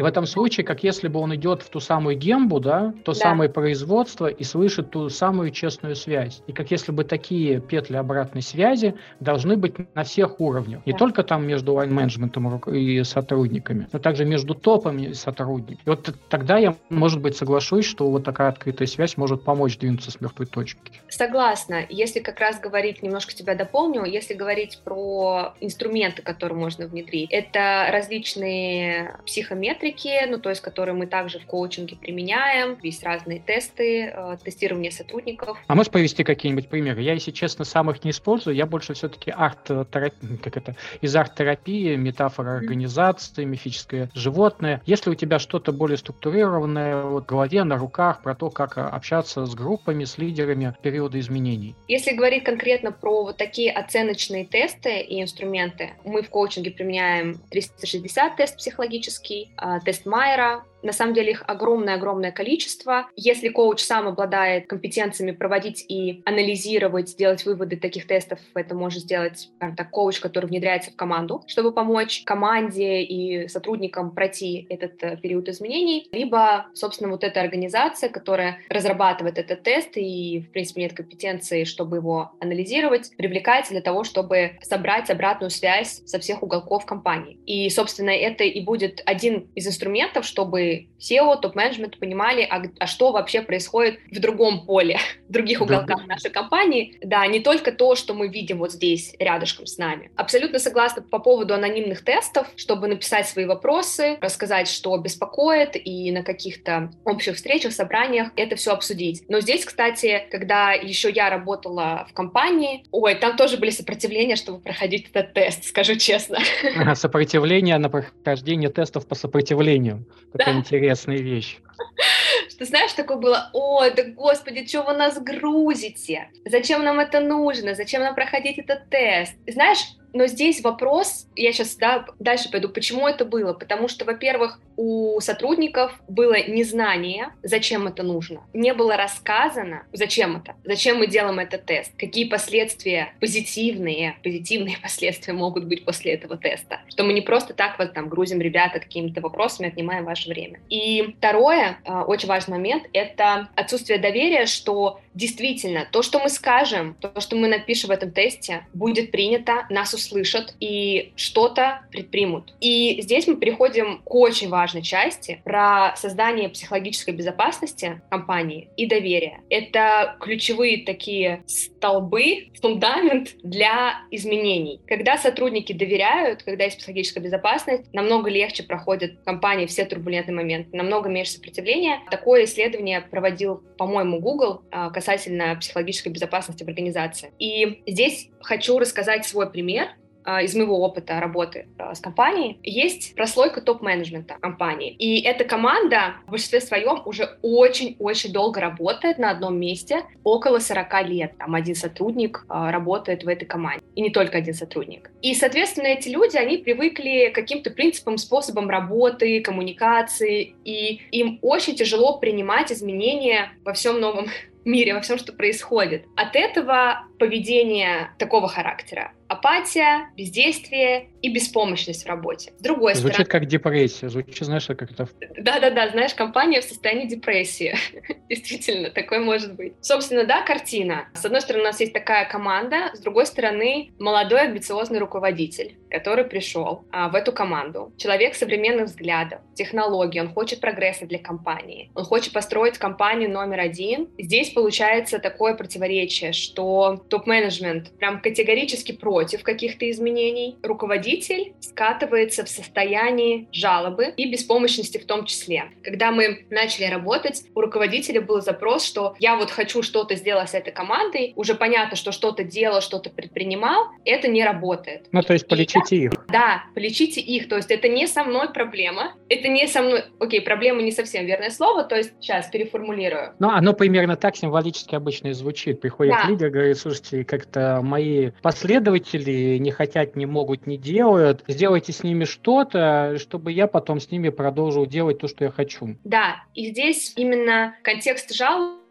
в этом случае, как если бы он идет в ту самую гембу, да, то Да. самое производство и слышит ту самую честную связь. И как если бы такие петли обратной связи должны быть на всех уровнях. Не Да. только там между лайн-менеджментом и сотрудниками, но также между топами и сотрудниками. И вот тогда я, может быть, соглашусь, что вот такая открытая связь может помочь двинуться с мертвой точки. Согласна. Если как раз говорить, немножко тебя дополню, если говорить про инструменты, которые можно внедрить, это различные психометрики, ну, то есть, которые мы также в коучинге применяем, есть разные тесты, э, тестирование сотрудников. А можешь привести какие-нибудь примеры? Я, если честно, сам их не использую, я больше все-таки арт-терапии, как это, из арт-терапии, метафора организации, мифическое животное. Если у тебя что-то более структурированное вот, в голове, на руках, про то, как общаться с группами, с лидерами в периоды изменений. Если говорить конкретно про вот такие оценочные тесты и инструменты, мы в коучинге применяем триста шестьдесят тест психологический, тест Майера. На самом деле их огромное-огромное количество. Если коуч сам обладает компетенциями проводить и анализировать, делать выводы таких тестов, это может сделать, скажем так, коуч, который внедряется в команду, чтобы помочь команде и сотрудникам пройти этот э, период изменений. Либо, собственно, вот эта организация, которая разрабатывает этот тест и, в принципе, нет компетенции, чтобы его анализировать, привлекается для того, чтобы собрать обратную связь со всех уголков компании. И, собственно, это и будет один из инструментов, чтобы сео, топ-менеджмент понимали, а, а что вообще происходит в другом поле, в других уголках да. нашей компании. Да, не только то, что мы видим вот здесь, рядышком с нами. Абсолютно согласна по поводу анонимных тестов, чтобы написать свои вопросы, рассказать, что беспокоит, и на каких-то общих встречах, собраниях это все обсудить. Но здесь, кстати, когда еще я работала в компании, ой, там тоже были сопротивления, чтобы проходить этот тест, скажу честно. Ага, сопротивление на прохождение тестов по сопротивлению. Такая Да. интересная вещь. Что, знаешь, такое было: ой, да господи, что вы нас грузите? Зачем нам это нужно? Зачем нам проходить этот тест? Знаешь, но здесь вопрос, я сейчас да, дальше пойду, почему это было? Потому что, во-первых, у сотрудников было незнание, зачем это нужно. Не было рассказано, зачем это, зачем мы делаем этот тест, какие последствия, позитивные, позитивные последствия могут быть после этого теста. Что мы не просто так вот там грузим ребята какими-то вопросами, отнимаем ваше время. И второе, очень важный момент, это отсутствие доверия, что действительно то, что мы скажем, то, что мы напишем в этом тесте, будет принято, нас услышат и что-то предпримут. И здесь мы переходим к очень важной части про создание психологической безопасности компании и доверия. Это ключевые такие столбы, фундамент для изменений. Когда сотрудники доверяют, когда есть психологическая безопасность, намного легче проходят в компании все турбулентные моменты, намного меньше сопротивления. Такое исследование проводил, по-моему, Google касательно психологической безопасности в организации. И здесь хочу рассказать свой пример из моего опыта работы с компанией. Есть прослойка топ-менеджмента компании. И эта команда в большинстве своем уже очень-очень долго работает на одном месте, около сорок лет. Там один сотрудник работает в этой команде. И не только один сотрудник. И, соответственно, эти люди, они привыкли к каким-то принципам, способам работы, коммуникации. И им очень тяжело принимать изменения во всем новом мире, во всем, что происходит. От этого поведение такого характера: апатия, бездействие и беспомощность в работе. С другой Звучит стороны... как депрессия, звучит, знаешь, как это... Да-да-да, знаешь, компания в состоянии депрессии. Действительно, такое может быть. Собственно, да, картина. С одной стороны, у нас есть такая команда, с другой стороны, молодой амбициозный руководитель, который пришел а, в эту команду. Человек современных взглядов, технологий, он хочет прогресса для компании. Он хочет построить компанию номер один. Здесь получается такое противоречие, что топ-менеджмент прям категорически против каких-то изменений. Руководитель скатывается в состоянии жалобы и беспомощности в том числе. Когда мы начали работать, у руководителя был запрос, что я вот хочу что-то сделать с этой командой, уже понятно, что что-то делал, что-то предпринимал, это не работает. Ну, то есть полечите их. Да, полечите их, то есть это не со мной проблема, это не со мной, окей, проблема не совсем верное слово, то есть сейчас переформулирую. Ну, оно примерно так символически обычно и звучит. Приходит Да. лидер, говорит: слушайте, как-то мои последователи не хотят, не могут, не делают, сделайте с ними что-то, чтобы я потом с ними продолжил делать то, что я хочу. Да, и здесь именно контекст жалобы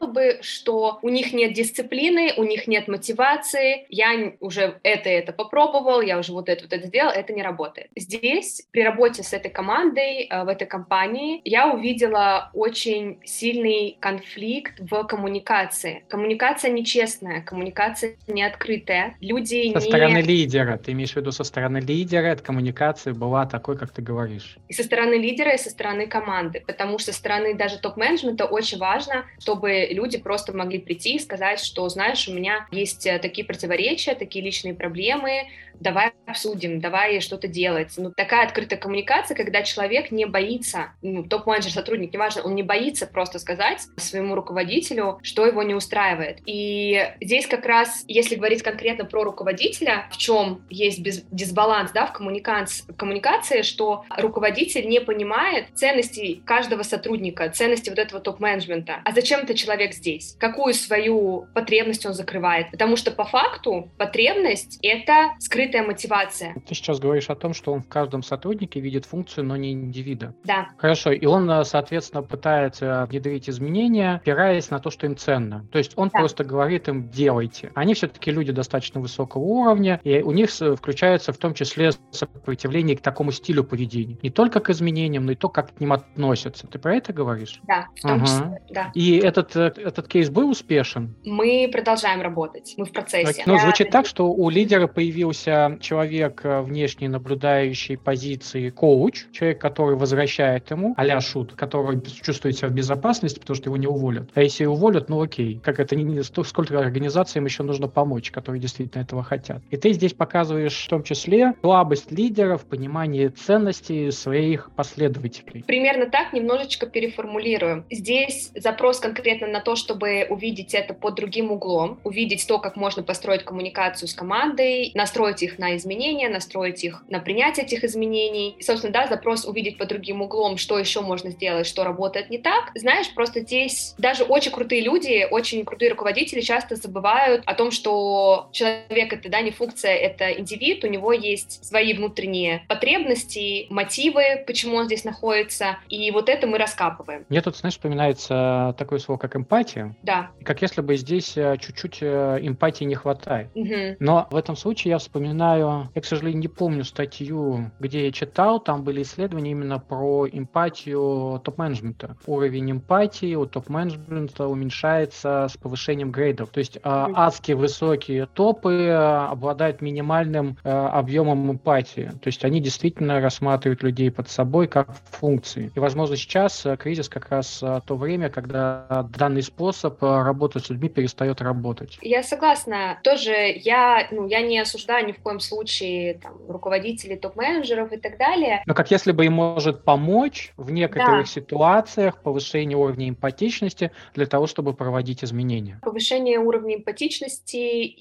бы, что у них нет дисциплины, у них нет мотивации, я уже это это попробовал, я уже вот это вот это сделал, это не работает. Здесь при работе с этой командой, в этой компании, я увидела очень сильный конфликт в коммуникации. Коммуникация нечестная, коммуникация не открытая, люди Со не... стороны лидера, ты имеешь в виду со стороны лидера, эта коммуникация была такой, как ты говоришь. И со стороны лидера, и со стороны команды, потому что со стороны даже топ-менеджмента очень важно, чтобы люди просто могли прийти и сказать, что, знаешь, у меня есть такие противоречия, такие личные проблемы, давай обсудим, давай что-то делать. Ну, такая открытая коммуникация, когда человек не боится, ну, топ-менеджер, сотрудник, неважно, он не боится просто сказать своему руководителю, что его не устраивает. И здесь как раз, если говорить конкретно про руководителя, в чем есть без, дисбаланс, да, в коммуникации, в коммуникации, что руководитель не понимает ценностей каждого сотрудника, ценности вот этого топ-менеджмента. А зачем этот человек здесь? Какую свою потребность он закрывает? Потому что по факту потребность — это скрытая мотивация. Ты сейчас говоришь о том, что он в каждом сотруднике видит функцию, но не индивида. Да. Хорошо, и он, соответственно, пытается внедрить изменения, опираясь на то, что им ценно. То есть он Да. просто говорит им «делайте». Они все-таки люди достаточно высокого уровня, и у них включается в том числе сопротивление к такому стилю поведения. Не только к изменениям, но и то, как к ним относятся. Ты про это говоришь? Да, в том Ага. числе, да. И этот, этот кейс был успешен? Мы продолжаем работать, мы в процессе. Ну, Я... звучит так, что у лидера появился человек внешне наблюдающий позиции коуч, человек, который возвращает ему, а-ля шут, который чувствует себя в безопасности, потому что его не уволят. А если уволят, ну окей, как это, не, сколько организациям еще нужно помочь, которые действительно этого хотят. И ты здесь показываешь в том числе слабость лидера в понимании ценностей своих последователей. Примерно так, немножечко переформулируем. Здесь запрос конкретно на то, чтобы увидеть это под другим углом, увидеть то, как можно построить коммуникацию с командой, настроить их на изменения, настроить их на принятие этих изменений. И, собственно, да, запрос увидеть под другим углом, что еще можно сделать, что работает не так. Знаешь, просто здесь даже очень крутые люди, очень крутые руководители часто забывают о том, что человек — это, да, не функция, это индивид, у него есть свои внутренние потребности, мотивы, почему он здесь находится, и вот это мы раскапываем. Мне тут, знаешь, вспоминается такое слово, как эмпатия. Да. Как если бы здесь чуть-чуть эмпатии не хватает. Угу. Но в этом случае я вспоминаю, я, к сожалению, не помню статью, где я читал, там были исследования именно про эмпатию топ-менеджмента. Уровень эмпатии у топ-менеджмента уменьшается с повышением грейдов. То есть mm-hmm. адски высокие топы обладают минимальным э, объемом эмпатии. То есть они действительно рассматривают людей под собой как функции. И, возможно, сейчас кризис как раз то время, когда данный способ работы с людьми перестает работать. Я согласна. Тоже я, ну, я не осуждаю ни в коем случае там, руководителей, топ-менеджеров и так далее. Но как если бы им может помочь в некоторых да. ситуациях повышение уровня эмпатичности для того, чтобы проводить изменения. Повышение уровня эмпатичности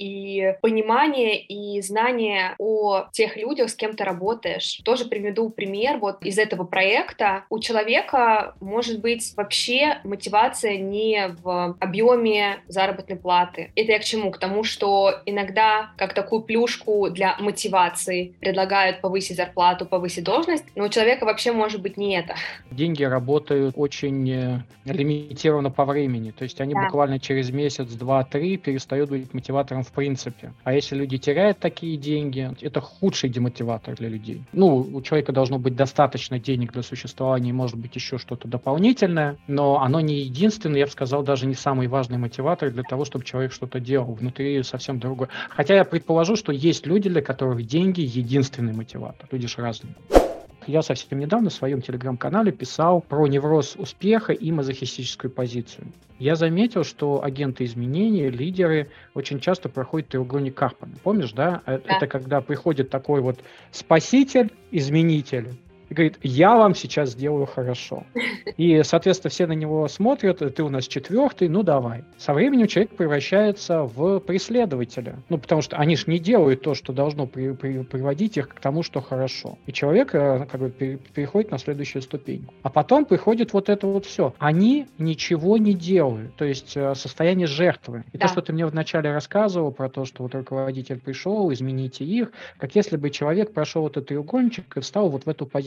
и понимания и знания о тех людях, с кем ты работаешь. Тоже приведу пример. Вот из этого проекта у человека может быть вообще мотивация не в объеме заработной платы. Это я к чему? К тому, что иногда как такую плюшку для мотивации предлагают повысить зарплату, повысить должность, но у человека вообще может быть не это. Деньги работают очень лимитированно по времени, то есть они да. буквально через месяц, два, три перестают быть мотиватором в принципе. А если люди теряют такие деньги, это худший демотиватор для людей. Ну, у человека должно быть достаточно денег для существования, может быть еще что-то дополнительное, но оно не единственный, я бы сказал, даже не самый важный мотиватор для того, чтобы человек что-то делал. Внутри совсем другое. Хотя я предположу, что есть люди, для которых деньги единственный мотиватор. Люди же разные. Я совсем недавно в своем телеграм-канале писал про невроз успеха и мазохистическую позицию. Я заметил, что агенты изменений, лидеры очень часто проходят треугольник Карпмана. Помнишь, да? да? Это когда приходит такой вот спаситель, изменитель, и говорит, я вам сейчас сделаю хорошо. И, соответственно, все на него смотрят, ты у нас четвертый, ну давай. Со временем человек превращается в преследователя. Ну, потому что они же не делают то, что должно при, при, приводить их к тому, что хорошо. И человек как бы переходит на следующую ступеньку. А потом приходит вот это вот все. Они ничего не делают. То есть состояние жертвы. И да. то, что ты мне вначале рассказывал про то, что вот руководитель пришел, измените их, как если бы человек прошел вот этот треугольничек и встал вот в эту позицию.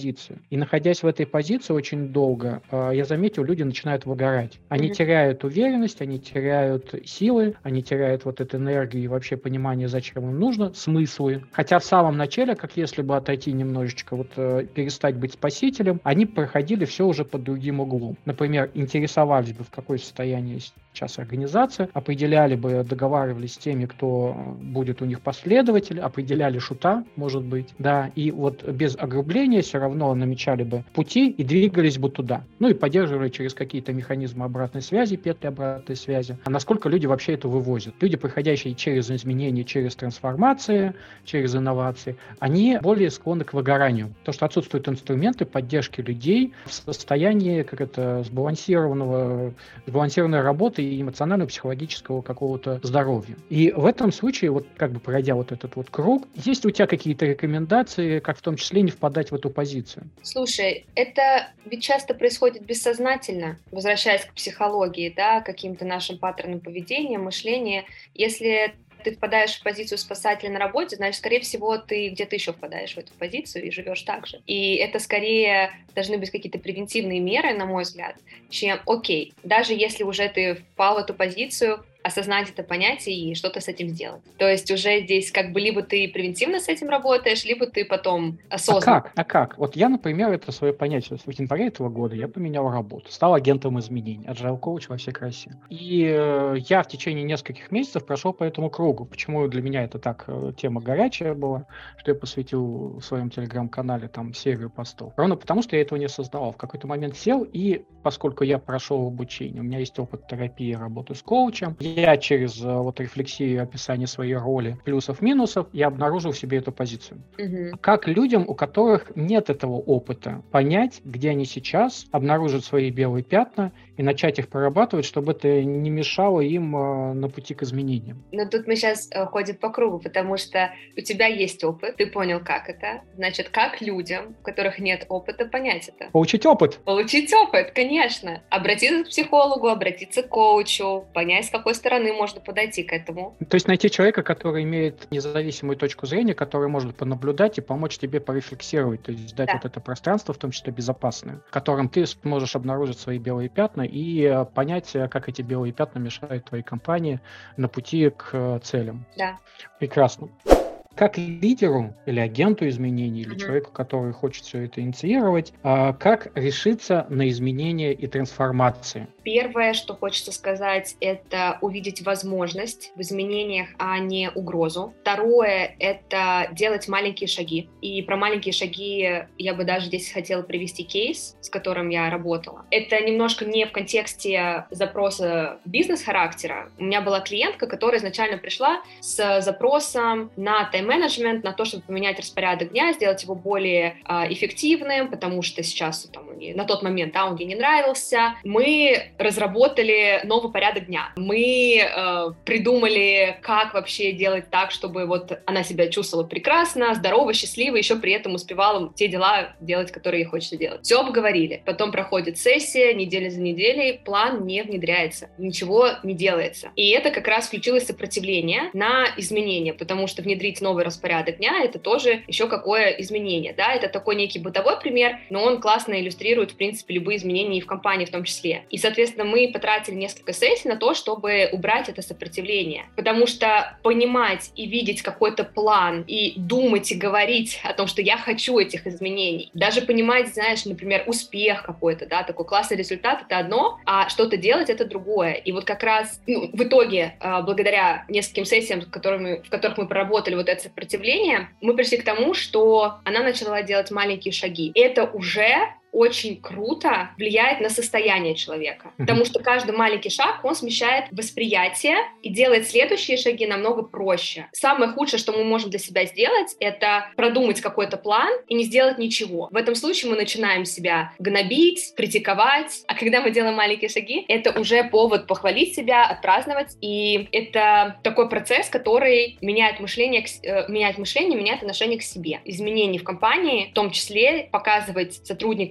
позиции. И находясь в этой позиции очень долго, я заметил, люди начинают выгорать. Они mm-hmm. теряют уверенность, они теряют силы, они теряют вот эту энергию и вообще понимание, зачем им нужно, смыслы. Хотя в самом начале, как если бы отойти немножечко, вот перестать быть спасителем, они проходили все уже под другим углом. Например, интересовались бы, в какое состояние сейчас организация, определяли бы, договаривались с теми, кто будет у них последователь, определяли шута, может быть, да, и вот без огрубления все равно намечали бы пути и двигались бы туда. Ну и поддерживали через какие-то механизмы обратной связи, петли обратной связи. А насколько люди вообще это вывозят? Люди, проходящие через изменения, через трансформации, через инновации, они более склонны к выгоранию. То, что отсутствуют инструменты поддержки людей в состоянии как это, сбалансированного, сбалансированной работы и эмоционального, психологического какого-то здоровья. И в этом случае, вот как бы пройдя вот этот вот круг, есть у тебя какие-то рекомендации, как в том числе не впадать в эту позицию? Слушай, это ведь часто происходит бессознательно, возвращаясь к психологии, да, каким-то нашим паттернам поведения, мышления. Если ты впадаешь в позицию спасателя на работе, значит, скорее всего, ты где-то еще впадаешь в эту позицию и живешь так же. И это скорее должны быть какие-то превентивные меры, на мой взгляд, чем, окей, даже если уже ты впал в эту позицию, осознать это понятие и что-то с этим сделать. То есть уже здесь как бы либо ты превентивно с этим работаешь, либо ты потом осознанно. А как? А как? Вот я, например, это свое понятие. В январе этого года я поменял работу, стал агентом изменений, agile coach во всей красе. И э, я в течение нескольких месяцев прошел по этому кругу. Почему для меня это так э, тема горячая была, что я посвятил в своем телеграм-канале там серию постов. Ровно потому, что я этого не создавал. В какой-то момент сел, и поскольку я прошел обучение, у меня есть опыт терапии, работы с коучем, я через вот рефлексию и описание своей роли плюсов-минусов, я обнаружил в себе эту позицию. Угу. Как людям, у которых нет этого опыта, понять, где они сейчас, обнаружить свои белые пятна и начать их прорабатывать, чтобы это не мешало им на пути к изменениям? Но тут мы сейчас ходим по кругу, потому что у тебя есть опыт, ты понял, как это. Значит, как людям, у которых нет опыта, понять это? Получить опыт. Получить опыт, конечно. Обратиться к психологу, обратиться к коучу, понять, с какой стороны можно подойти к этому. То есть найти человека, который имеет независимую точку зрения, который может понаблюдать и помочь тебе порефлексировать, то есть дать да. вот это пространство, в том числе безопасное, в котором ты сможешь обнаружить свои белые пятна и понять, как эти белые пятна мешают твоей компании на пути к целям. Да. Прекрасно. Как лидеру или агенту изменений, или mm-hmm. человеку, который хочет все это инициировать, как решиться на изменения и трансформации? Первое, что хочется сказать, это увидеть возможность в изменениях, а не угрозу. Второе — это делать маленькие шаги. И про маленькие шаги я бы даже здесь хотела привести кейс, с которым я работала. Это немножко не в контексте запроса бизнес-характера. У меня была клиентка, которая изначально пришла с запросом на тайм-менеджмент, на то, чтобы поменять распорядок дня, сделать его более э, эффективным, потому что сейчас там, на тот момент да, он ей не нравился. Мы разработали новый порядок дня. Мы э, придумали, как вообще делать так, чтобы вот она себя чувствовала прекрасно, здорово, счастливо, еще при этом успевала те дела делать, которые ей хочется делать. Все обговорили. Потом проходит сессия, неделя за неделей, план не внедряется, ничего не делается. И это как раз включилось сопротивление на изменения, потому что внедрить новый распорядок дня — это тоже еще какое изменение. Да? Это такой некий бытовой пример, но он классно иллюстрирует, в принципе, любые изменения и в компании в том числе. И, соответственно, мы потратили несколько сессий на то, чтобы убрать это сопротивление. Потому что понимать и видеть какой-то план, и думать и говорить о том, что я хочу этих изменений, даже понимать, знаешь, например, успех какой-то, да, такой классный результат — это одно, а что-то делать — это другое. И вот как раз ну, в итоге, благодаря нескольким сессиям, в которых мы, в которых мы проработали вот это сопротивление, мы пришли к тому, что она начала делать маленькие шаги. Это уже очень круто влияет на состояние человека. Mm-hmm. Потому что каждый маленький шаг, он смещает восприятие и делает следующие шаги намного проще. Самое худшее, что мы можем для себя сделать, это продумать какой-то план и не сделать ничего. В этом случае мы начинаем себя гнобить, критиковать, а когда мы делаем маленькие шаги, это уже повод похвалить себя, отпраздновать, и это такой процесс, который меняет мышление, меняет мышление, меняет отношение к себе. Изменения в компании, в том числе показывать сотрудникам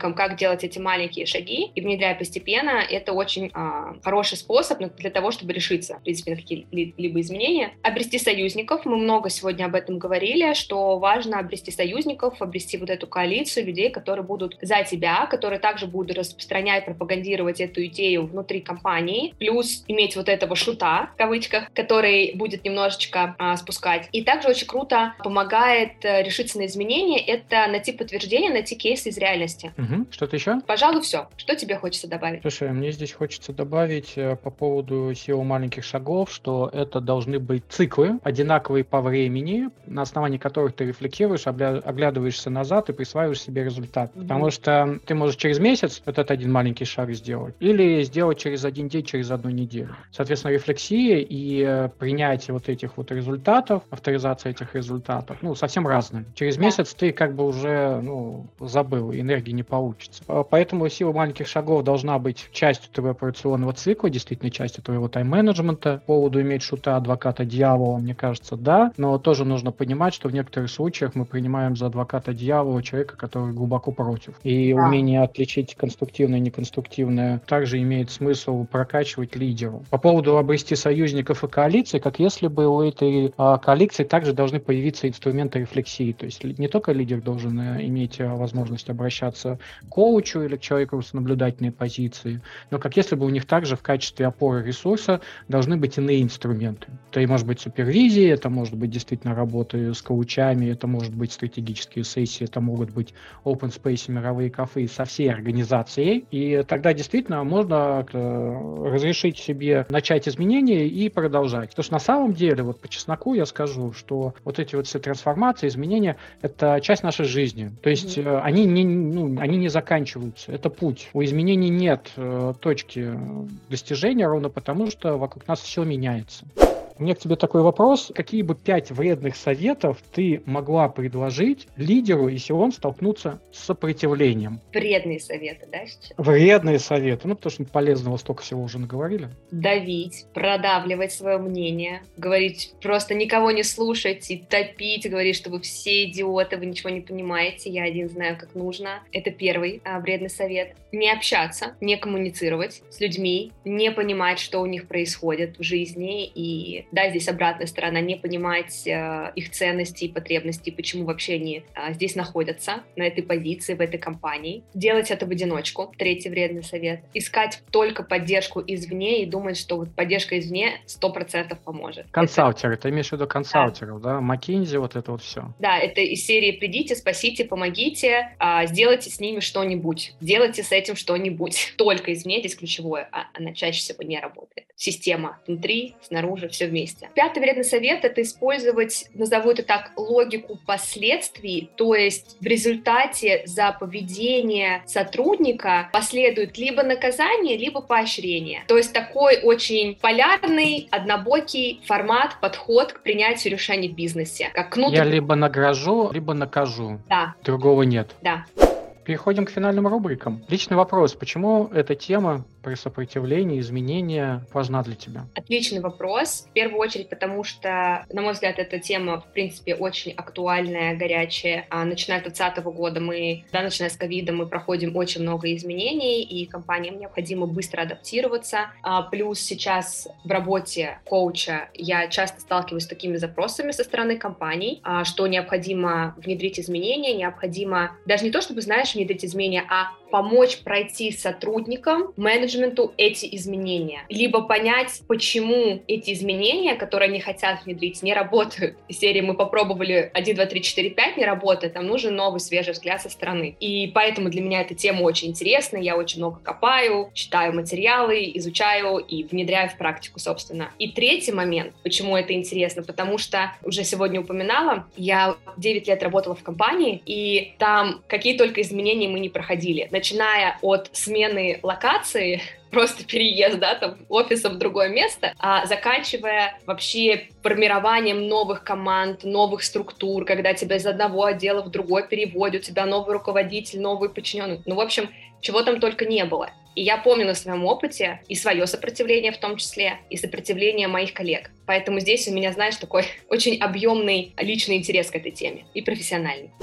сотрудникам, как делать эти маленькие шаги, и внедряя постепенно, это очень а, хороший способ для того, чтобы решиться, в принципе, на какие-либо изменения. Обрести союзников. Мы много сегодня об этом говорили, что важно обрести союзников, обрести вот эту коалицию людей, которые будут за тебя, которые также будут распространять, пропагандировать эту идею внутри компании, плюс иметь вот этого шута, в кавычках, который будет немножечко а, спускать. И также очень круто помогает а, решиться на изменения, это найти подтверждение, найти кейсы из реальности. Угу. Что-то еще? Пожалуй, все. Что тебе хочется добавить? Слушай, мне здесь хочется добавить э, по поводу сео маленьких шагов, что это должны быть циклы, одинаковые по времени, на основании которых ты рефлексируешь, обля- оглядываешься назад и присваиваешь себе результат. Mm-hmm. Потому что ты можешь через месяц этот один маленький шаг сделать, или сделать через один день, через одну неделю. Соответственно, рефлексия и э, принятие вот этих вот результатов, авторизация этих результатов, ну, совсем разные. Через месяц yeah. ты как бы уже, ну, забыл, энергии не получится. Поэтому сила маленьких шагов должна быть частью твоего операционного цикла, действительно частью твоего тайм-менеджмента. По поводу иметь шута, адвоката дьявола, мне кажется, да, но тоже нужно понимать, что в некоторых случаях мы принимаем за адвоката дьявола человека, который глубоко против. И да. умение отличить конструктивное и неконструктивное также имеет смысл прокачивать лидеру. По поводу обрести союзников и коалиции, как если бы у этой а, коалиции также должны появиться инструменты рефлексии. То есть не только лидер должен иметь возможность обращаться к коучу или к человеку с наблюдательной позиции, но как если бы у них также в качестве опоры ресурса должны быть иные инструменты. Это может быть супервизия, это может быть действительно работа с коучами, это может быть стратегические сессии, это могут быть open space, мировые кафе со всей организацией. И тогда действительно можно разрешить себе начать изменения и продолжать. Потому что на самом деле, вот по чесноку я скажу, что вот эти вот все трансформации, изменения — это часть нашей жизни. То есть mm-hmm. они, не, ну, они не заканчиваются. Это путь. У изменений нет э, точки достижения ровно потому, что вокруг нас все меняется. У меня к тебе такой вопрос. Какие бы пять вредных советов ты могла предложить лидеру, если он столкнется с сопротивлением? Вредные советы, да, сейчас? Вредные советы. Ну, потому что полезного столько всего уже наговорили. Давить, продавливать свое мнение, говорить, просто никого не слушать и топить, говорить, что вы все идиоты, вы ничего не понимаете, я один знаю, как нужно. Это первый а, вредный совет. Не общаться, не коммуницировать с людьми, не понимать, что у них происходит в жизни, и да, здесь обратная сторона, не понимать э, их ценности и потребности, почему вообще они э, здесь находятся, на этой позиции, в этой компании. Делать это в одиночку. Третий вредный совет. Искать только поддержку извне и думать, что вот поддержка извне сто процентов поможет. Консалтеры, это... ты имеешь в виду консалтеров, да? McKinsey, вот это вот все. Да, это из серии «Придите, спасите, помогите, э, сделайте с ними что-нибудь, делайте с этим что-нибудь». Только извне здесь ключевое, а она чаще всего не работает. Система внутри, снаружи, все вместе. Пятый вредный совет — это использовать, назову это так, логику последствий, то есть в результате за поведение сотрудника последует либо наказание, либо поощрение. То есть такой очень полярный, однобокий формат, подход к принятию решений в бизнесе. Как кнут... Я либо награжу, либо накажу. Да. Другого нет. Да. Переходим к финальным рубрикам. Личный вопрос. Почему эта тема при сопротивлении, изменения важна для тебя? Отличный вопрос. В первую очередь, потому что, на мой взгляд, эта тема, в принципе, очень актуальная, горячая. А начиная с двадцатого года мы, да, начиная с ковида, мы проходим очень много изменений, и компаниям необходимо быстро адаптироваться. А плюс сейчас в работе коуча я часто сталкиваюсь с такими запросами со стороны компаний, что необходимо внедрить изменения, необходимо даже не то, чтобы, знаешь, внедрить изменения, а помочь пройти сотрудникам, менеджменту эти изменения. Либо понять, почему эти изменения, которые они хотят внедрить, не работают. Из серии мы попробовали один, два, три, четыре, пять, не работает, нам нужен новый свежий взгляд со стороны. И поэтому для меня эта тема очень интересна, я очень много копаю, читаю материалы, изучаю и внедряю в практику, собственно. И третий момент, почему это интересно, потому что, уже сегодня упоминала, я девять лет работала в компании, и там какие только изменения мы не проходили, начиная от смены локации, просто переезд, да, там, офиса в другое место, а заканчивая вообще формированием новых команд, новых структур, когда тебя из одного отдела в другой переводят, у тебя новый руководитель, новый подчиненный. Ну, в общем, чего там только не было. И я помню на своем опыте и свое сопротивление в том числе, и сопротивление моих коллег. Поэтому здесь у меня, знаешь, такой очень объемный личный интерес к этой теме и профессиональный.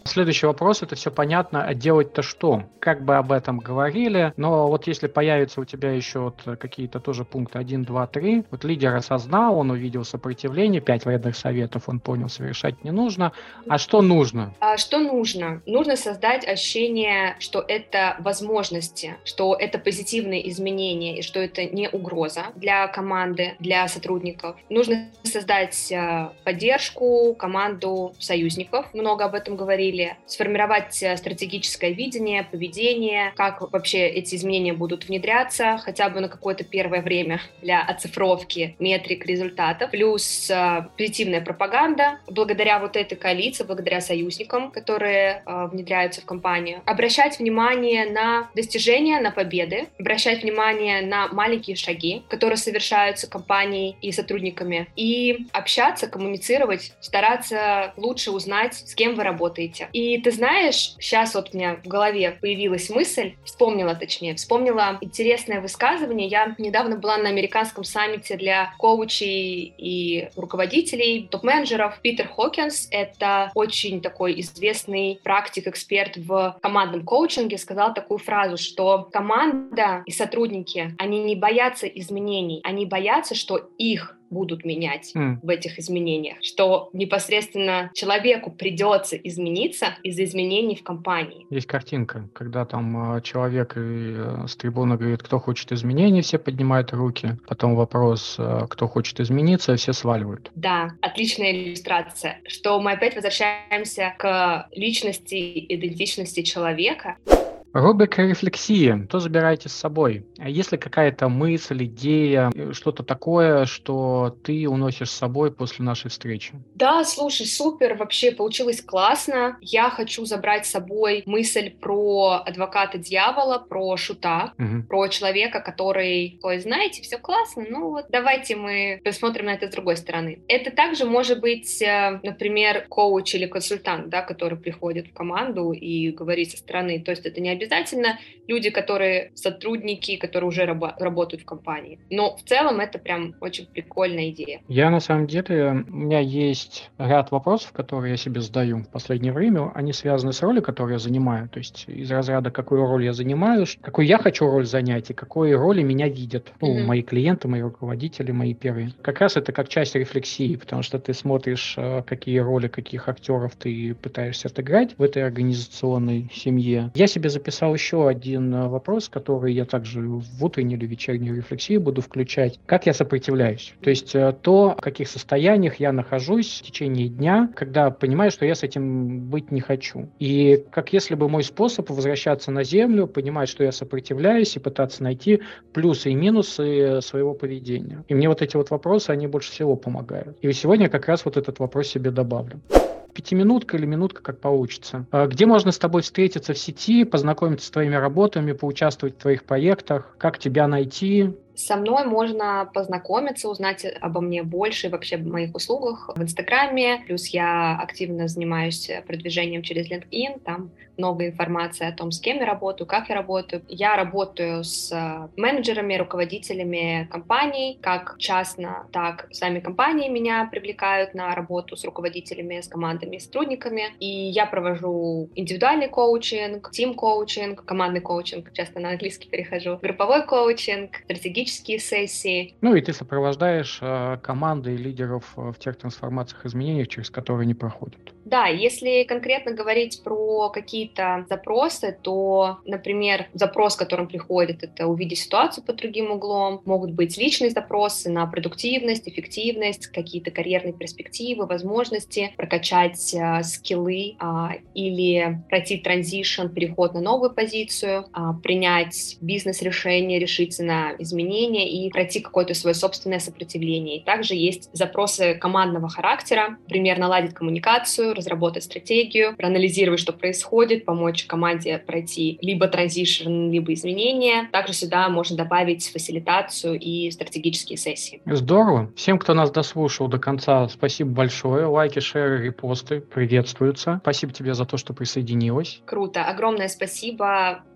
Следующий вопрос, это все понятно, а делать-то что? Как бы об этом говорили, но вот если появятся у тебя еще вот какие-то тоже пункты один, два, три, вот лидер осознал, он увидел сопротивление, пять вредных советов он понял, совершать не нужно, а что нужно? А что нужно? Нужно создать ощущение, что это возможности, что это позитивные изменения и что это не угроза для команды, для сотрудников. Нужно создать поддержку, команду союзников, много об этом говорили, сформировать стратегическое видение, поведение, как вообще эти изменения будут внедряться, хотя бы на какое-то первое время для оцифровки метрик, результатов, плюс э, позитивная пропаганда, благодаря вот этой коалиции, благодаря союзникам, которые э, внедряются в компанию, обращать внимание на достижения, на победы, обращать внимание на маленькие шаги, которые совершаются компанией и сотрудниками, и общаться, коммуницировать, стараться лучше узнать, с кем вы работаете. И ты знаешь, сейчас вот у меня в голове появилась мысль, вспомнила точнее, вспомнила интересное высказывание. Я недавно была на американском саммите для коучей и руководителей, топ-менеджеров. Питер Хокинс, это очень такой известный практик, эксперт в командном коучинге, сказал такую фразу, что команда и сотрудники, они не боятся изменений, они боятся, что их будут менять mm. в этих изменениях, что непосредственно человеку придется измениться из-за изменений в компании. Есть картинка, когда там человек и с трибуны говорит, кто хочет изменений, все поднимают руки, потом вопрос, кто хочет измениться, все сваливают. Да, отличная иллюстрация, что мы опять возвращаемся к личности, идентичности человека. Рубрика рефлексии. Что забираете с собой? А есть ли какая-то мысль, идея, что-то такое, что ты уносишь с собой после нашей встречи? Да, слушай, супер, вообще получилось классно. Я хочу забрать с собой мысль про адвоката дьявола, про шута, угу. про человека, который, ой, знаете, все классно, ну вот давайте мы посмотрим на это с другой стороны. Это также может быть, например, коуч или консультант, да, который приходит в команду и говорит со стороны. То есть это не обязательно люди, которые сотрудники, которые уже рабо- работают в компании. Но в целом это прям очень прикольная идея. Я на самом деле, у меня есть ряд вопросов, которые я себе задаю в последнее время. Они связаны с ролью, которую я занимаю. То есть из разряда, какую роль я занимаю, какую я хочу роль занять и какой роли меня видят. Ну, mm-hmm. мои клиенты, мои руководители, мои первые. Как раз это как часть рефлексии, потому что ты смотришь, какие роли, каких актеров ты пытаешься отыграть в этой организационной семье. Я себе записал Написал еще один вопрос, который я также в утреннюю или вечернюю рефлексию буду включать. Как я сопротивляюсь? То есть то, в каких состояниях я нахожусь в течение дня, когда понимаю, что я с этим быть не хочу. И как если бы мой способ возвращаться на землю, понимать, что я сопротивляюсь и пытаться найти плюсы и минусы своего поведения. И мне вот эти вот вопросы, они больше всего помогают. И сегодня как раз вот этот вопрос себе добавлю. Пятиминутка или минутка, как получится. Где можно с тобой встретиться в сети, познакомиться с твоими работами, поучаствовать в твоих проектах, как тебя найти? Со мной можно познакомиться, узнать обо мне больше и вообще об моих услугах в Инстаграме. Плюс я активно занимаюсь продвижением через LinkedIn. Там много информации о том, с кем я работаю, как я работаю. Я работаю с менеджерами, руководителями компаний, как частно, так сами компании меня привлекают на работу с руководителями, с командами и сотрудниками. И я провожу индивидуальный коучинг, тим-коучинг, командный коучинг, часто на английский перехожу, групповой коучинг, стратегический сессии. Ну и ты сопровождаешь э, команды и лидеров в тех трансформациях, изменениях, через которые они проходят. Да, если конкретно говорить про какие-то запросы, то, например, запрос, с которым приходит, это увидеть ситуацию под другим углом, могут быть личные запросы на продуктивность, эффективность, какие-то карьерные перспективы, возможности прокачать э, скиллы э, или пройти транзишн, переход на новую позицию, э, принять бизнес-решение, решиться на изменения и пройти какое-то свое собственное сопротивление. И также есть запросы командного характера, например, наладить коммуникацию, разработать стратегию, проанализировать, что происходит, помочь команде пройти либо транзишн, либо изменения. Также сюда можно добавить фасилитацию и стратегические сессии. Здорово. Всем, кто нас дослушал до конца, спасибо большое. Лайки, шеры, репосты приветствуются. Спасибо тебе за то, что присоединилась. Круто. Огромное спасибо.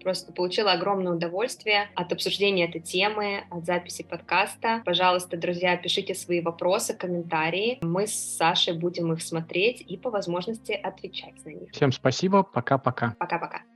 просто получила огромное удовольствие от обсуждения этой темы, от записи подкаста. Пожалуйста, друзья, пишите свои вопросы, комментарии. Мы с Сашей будем их смотреть и по возможности отвечать на них. Всем спасибо, пока-пока. Пока-пока.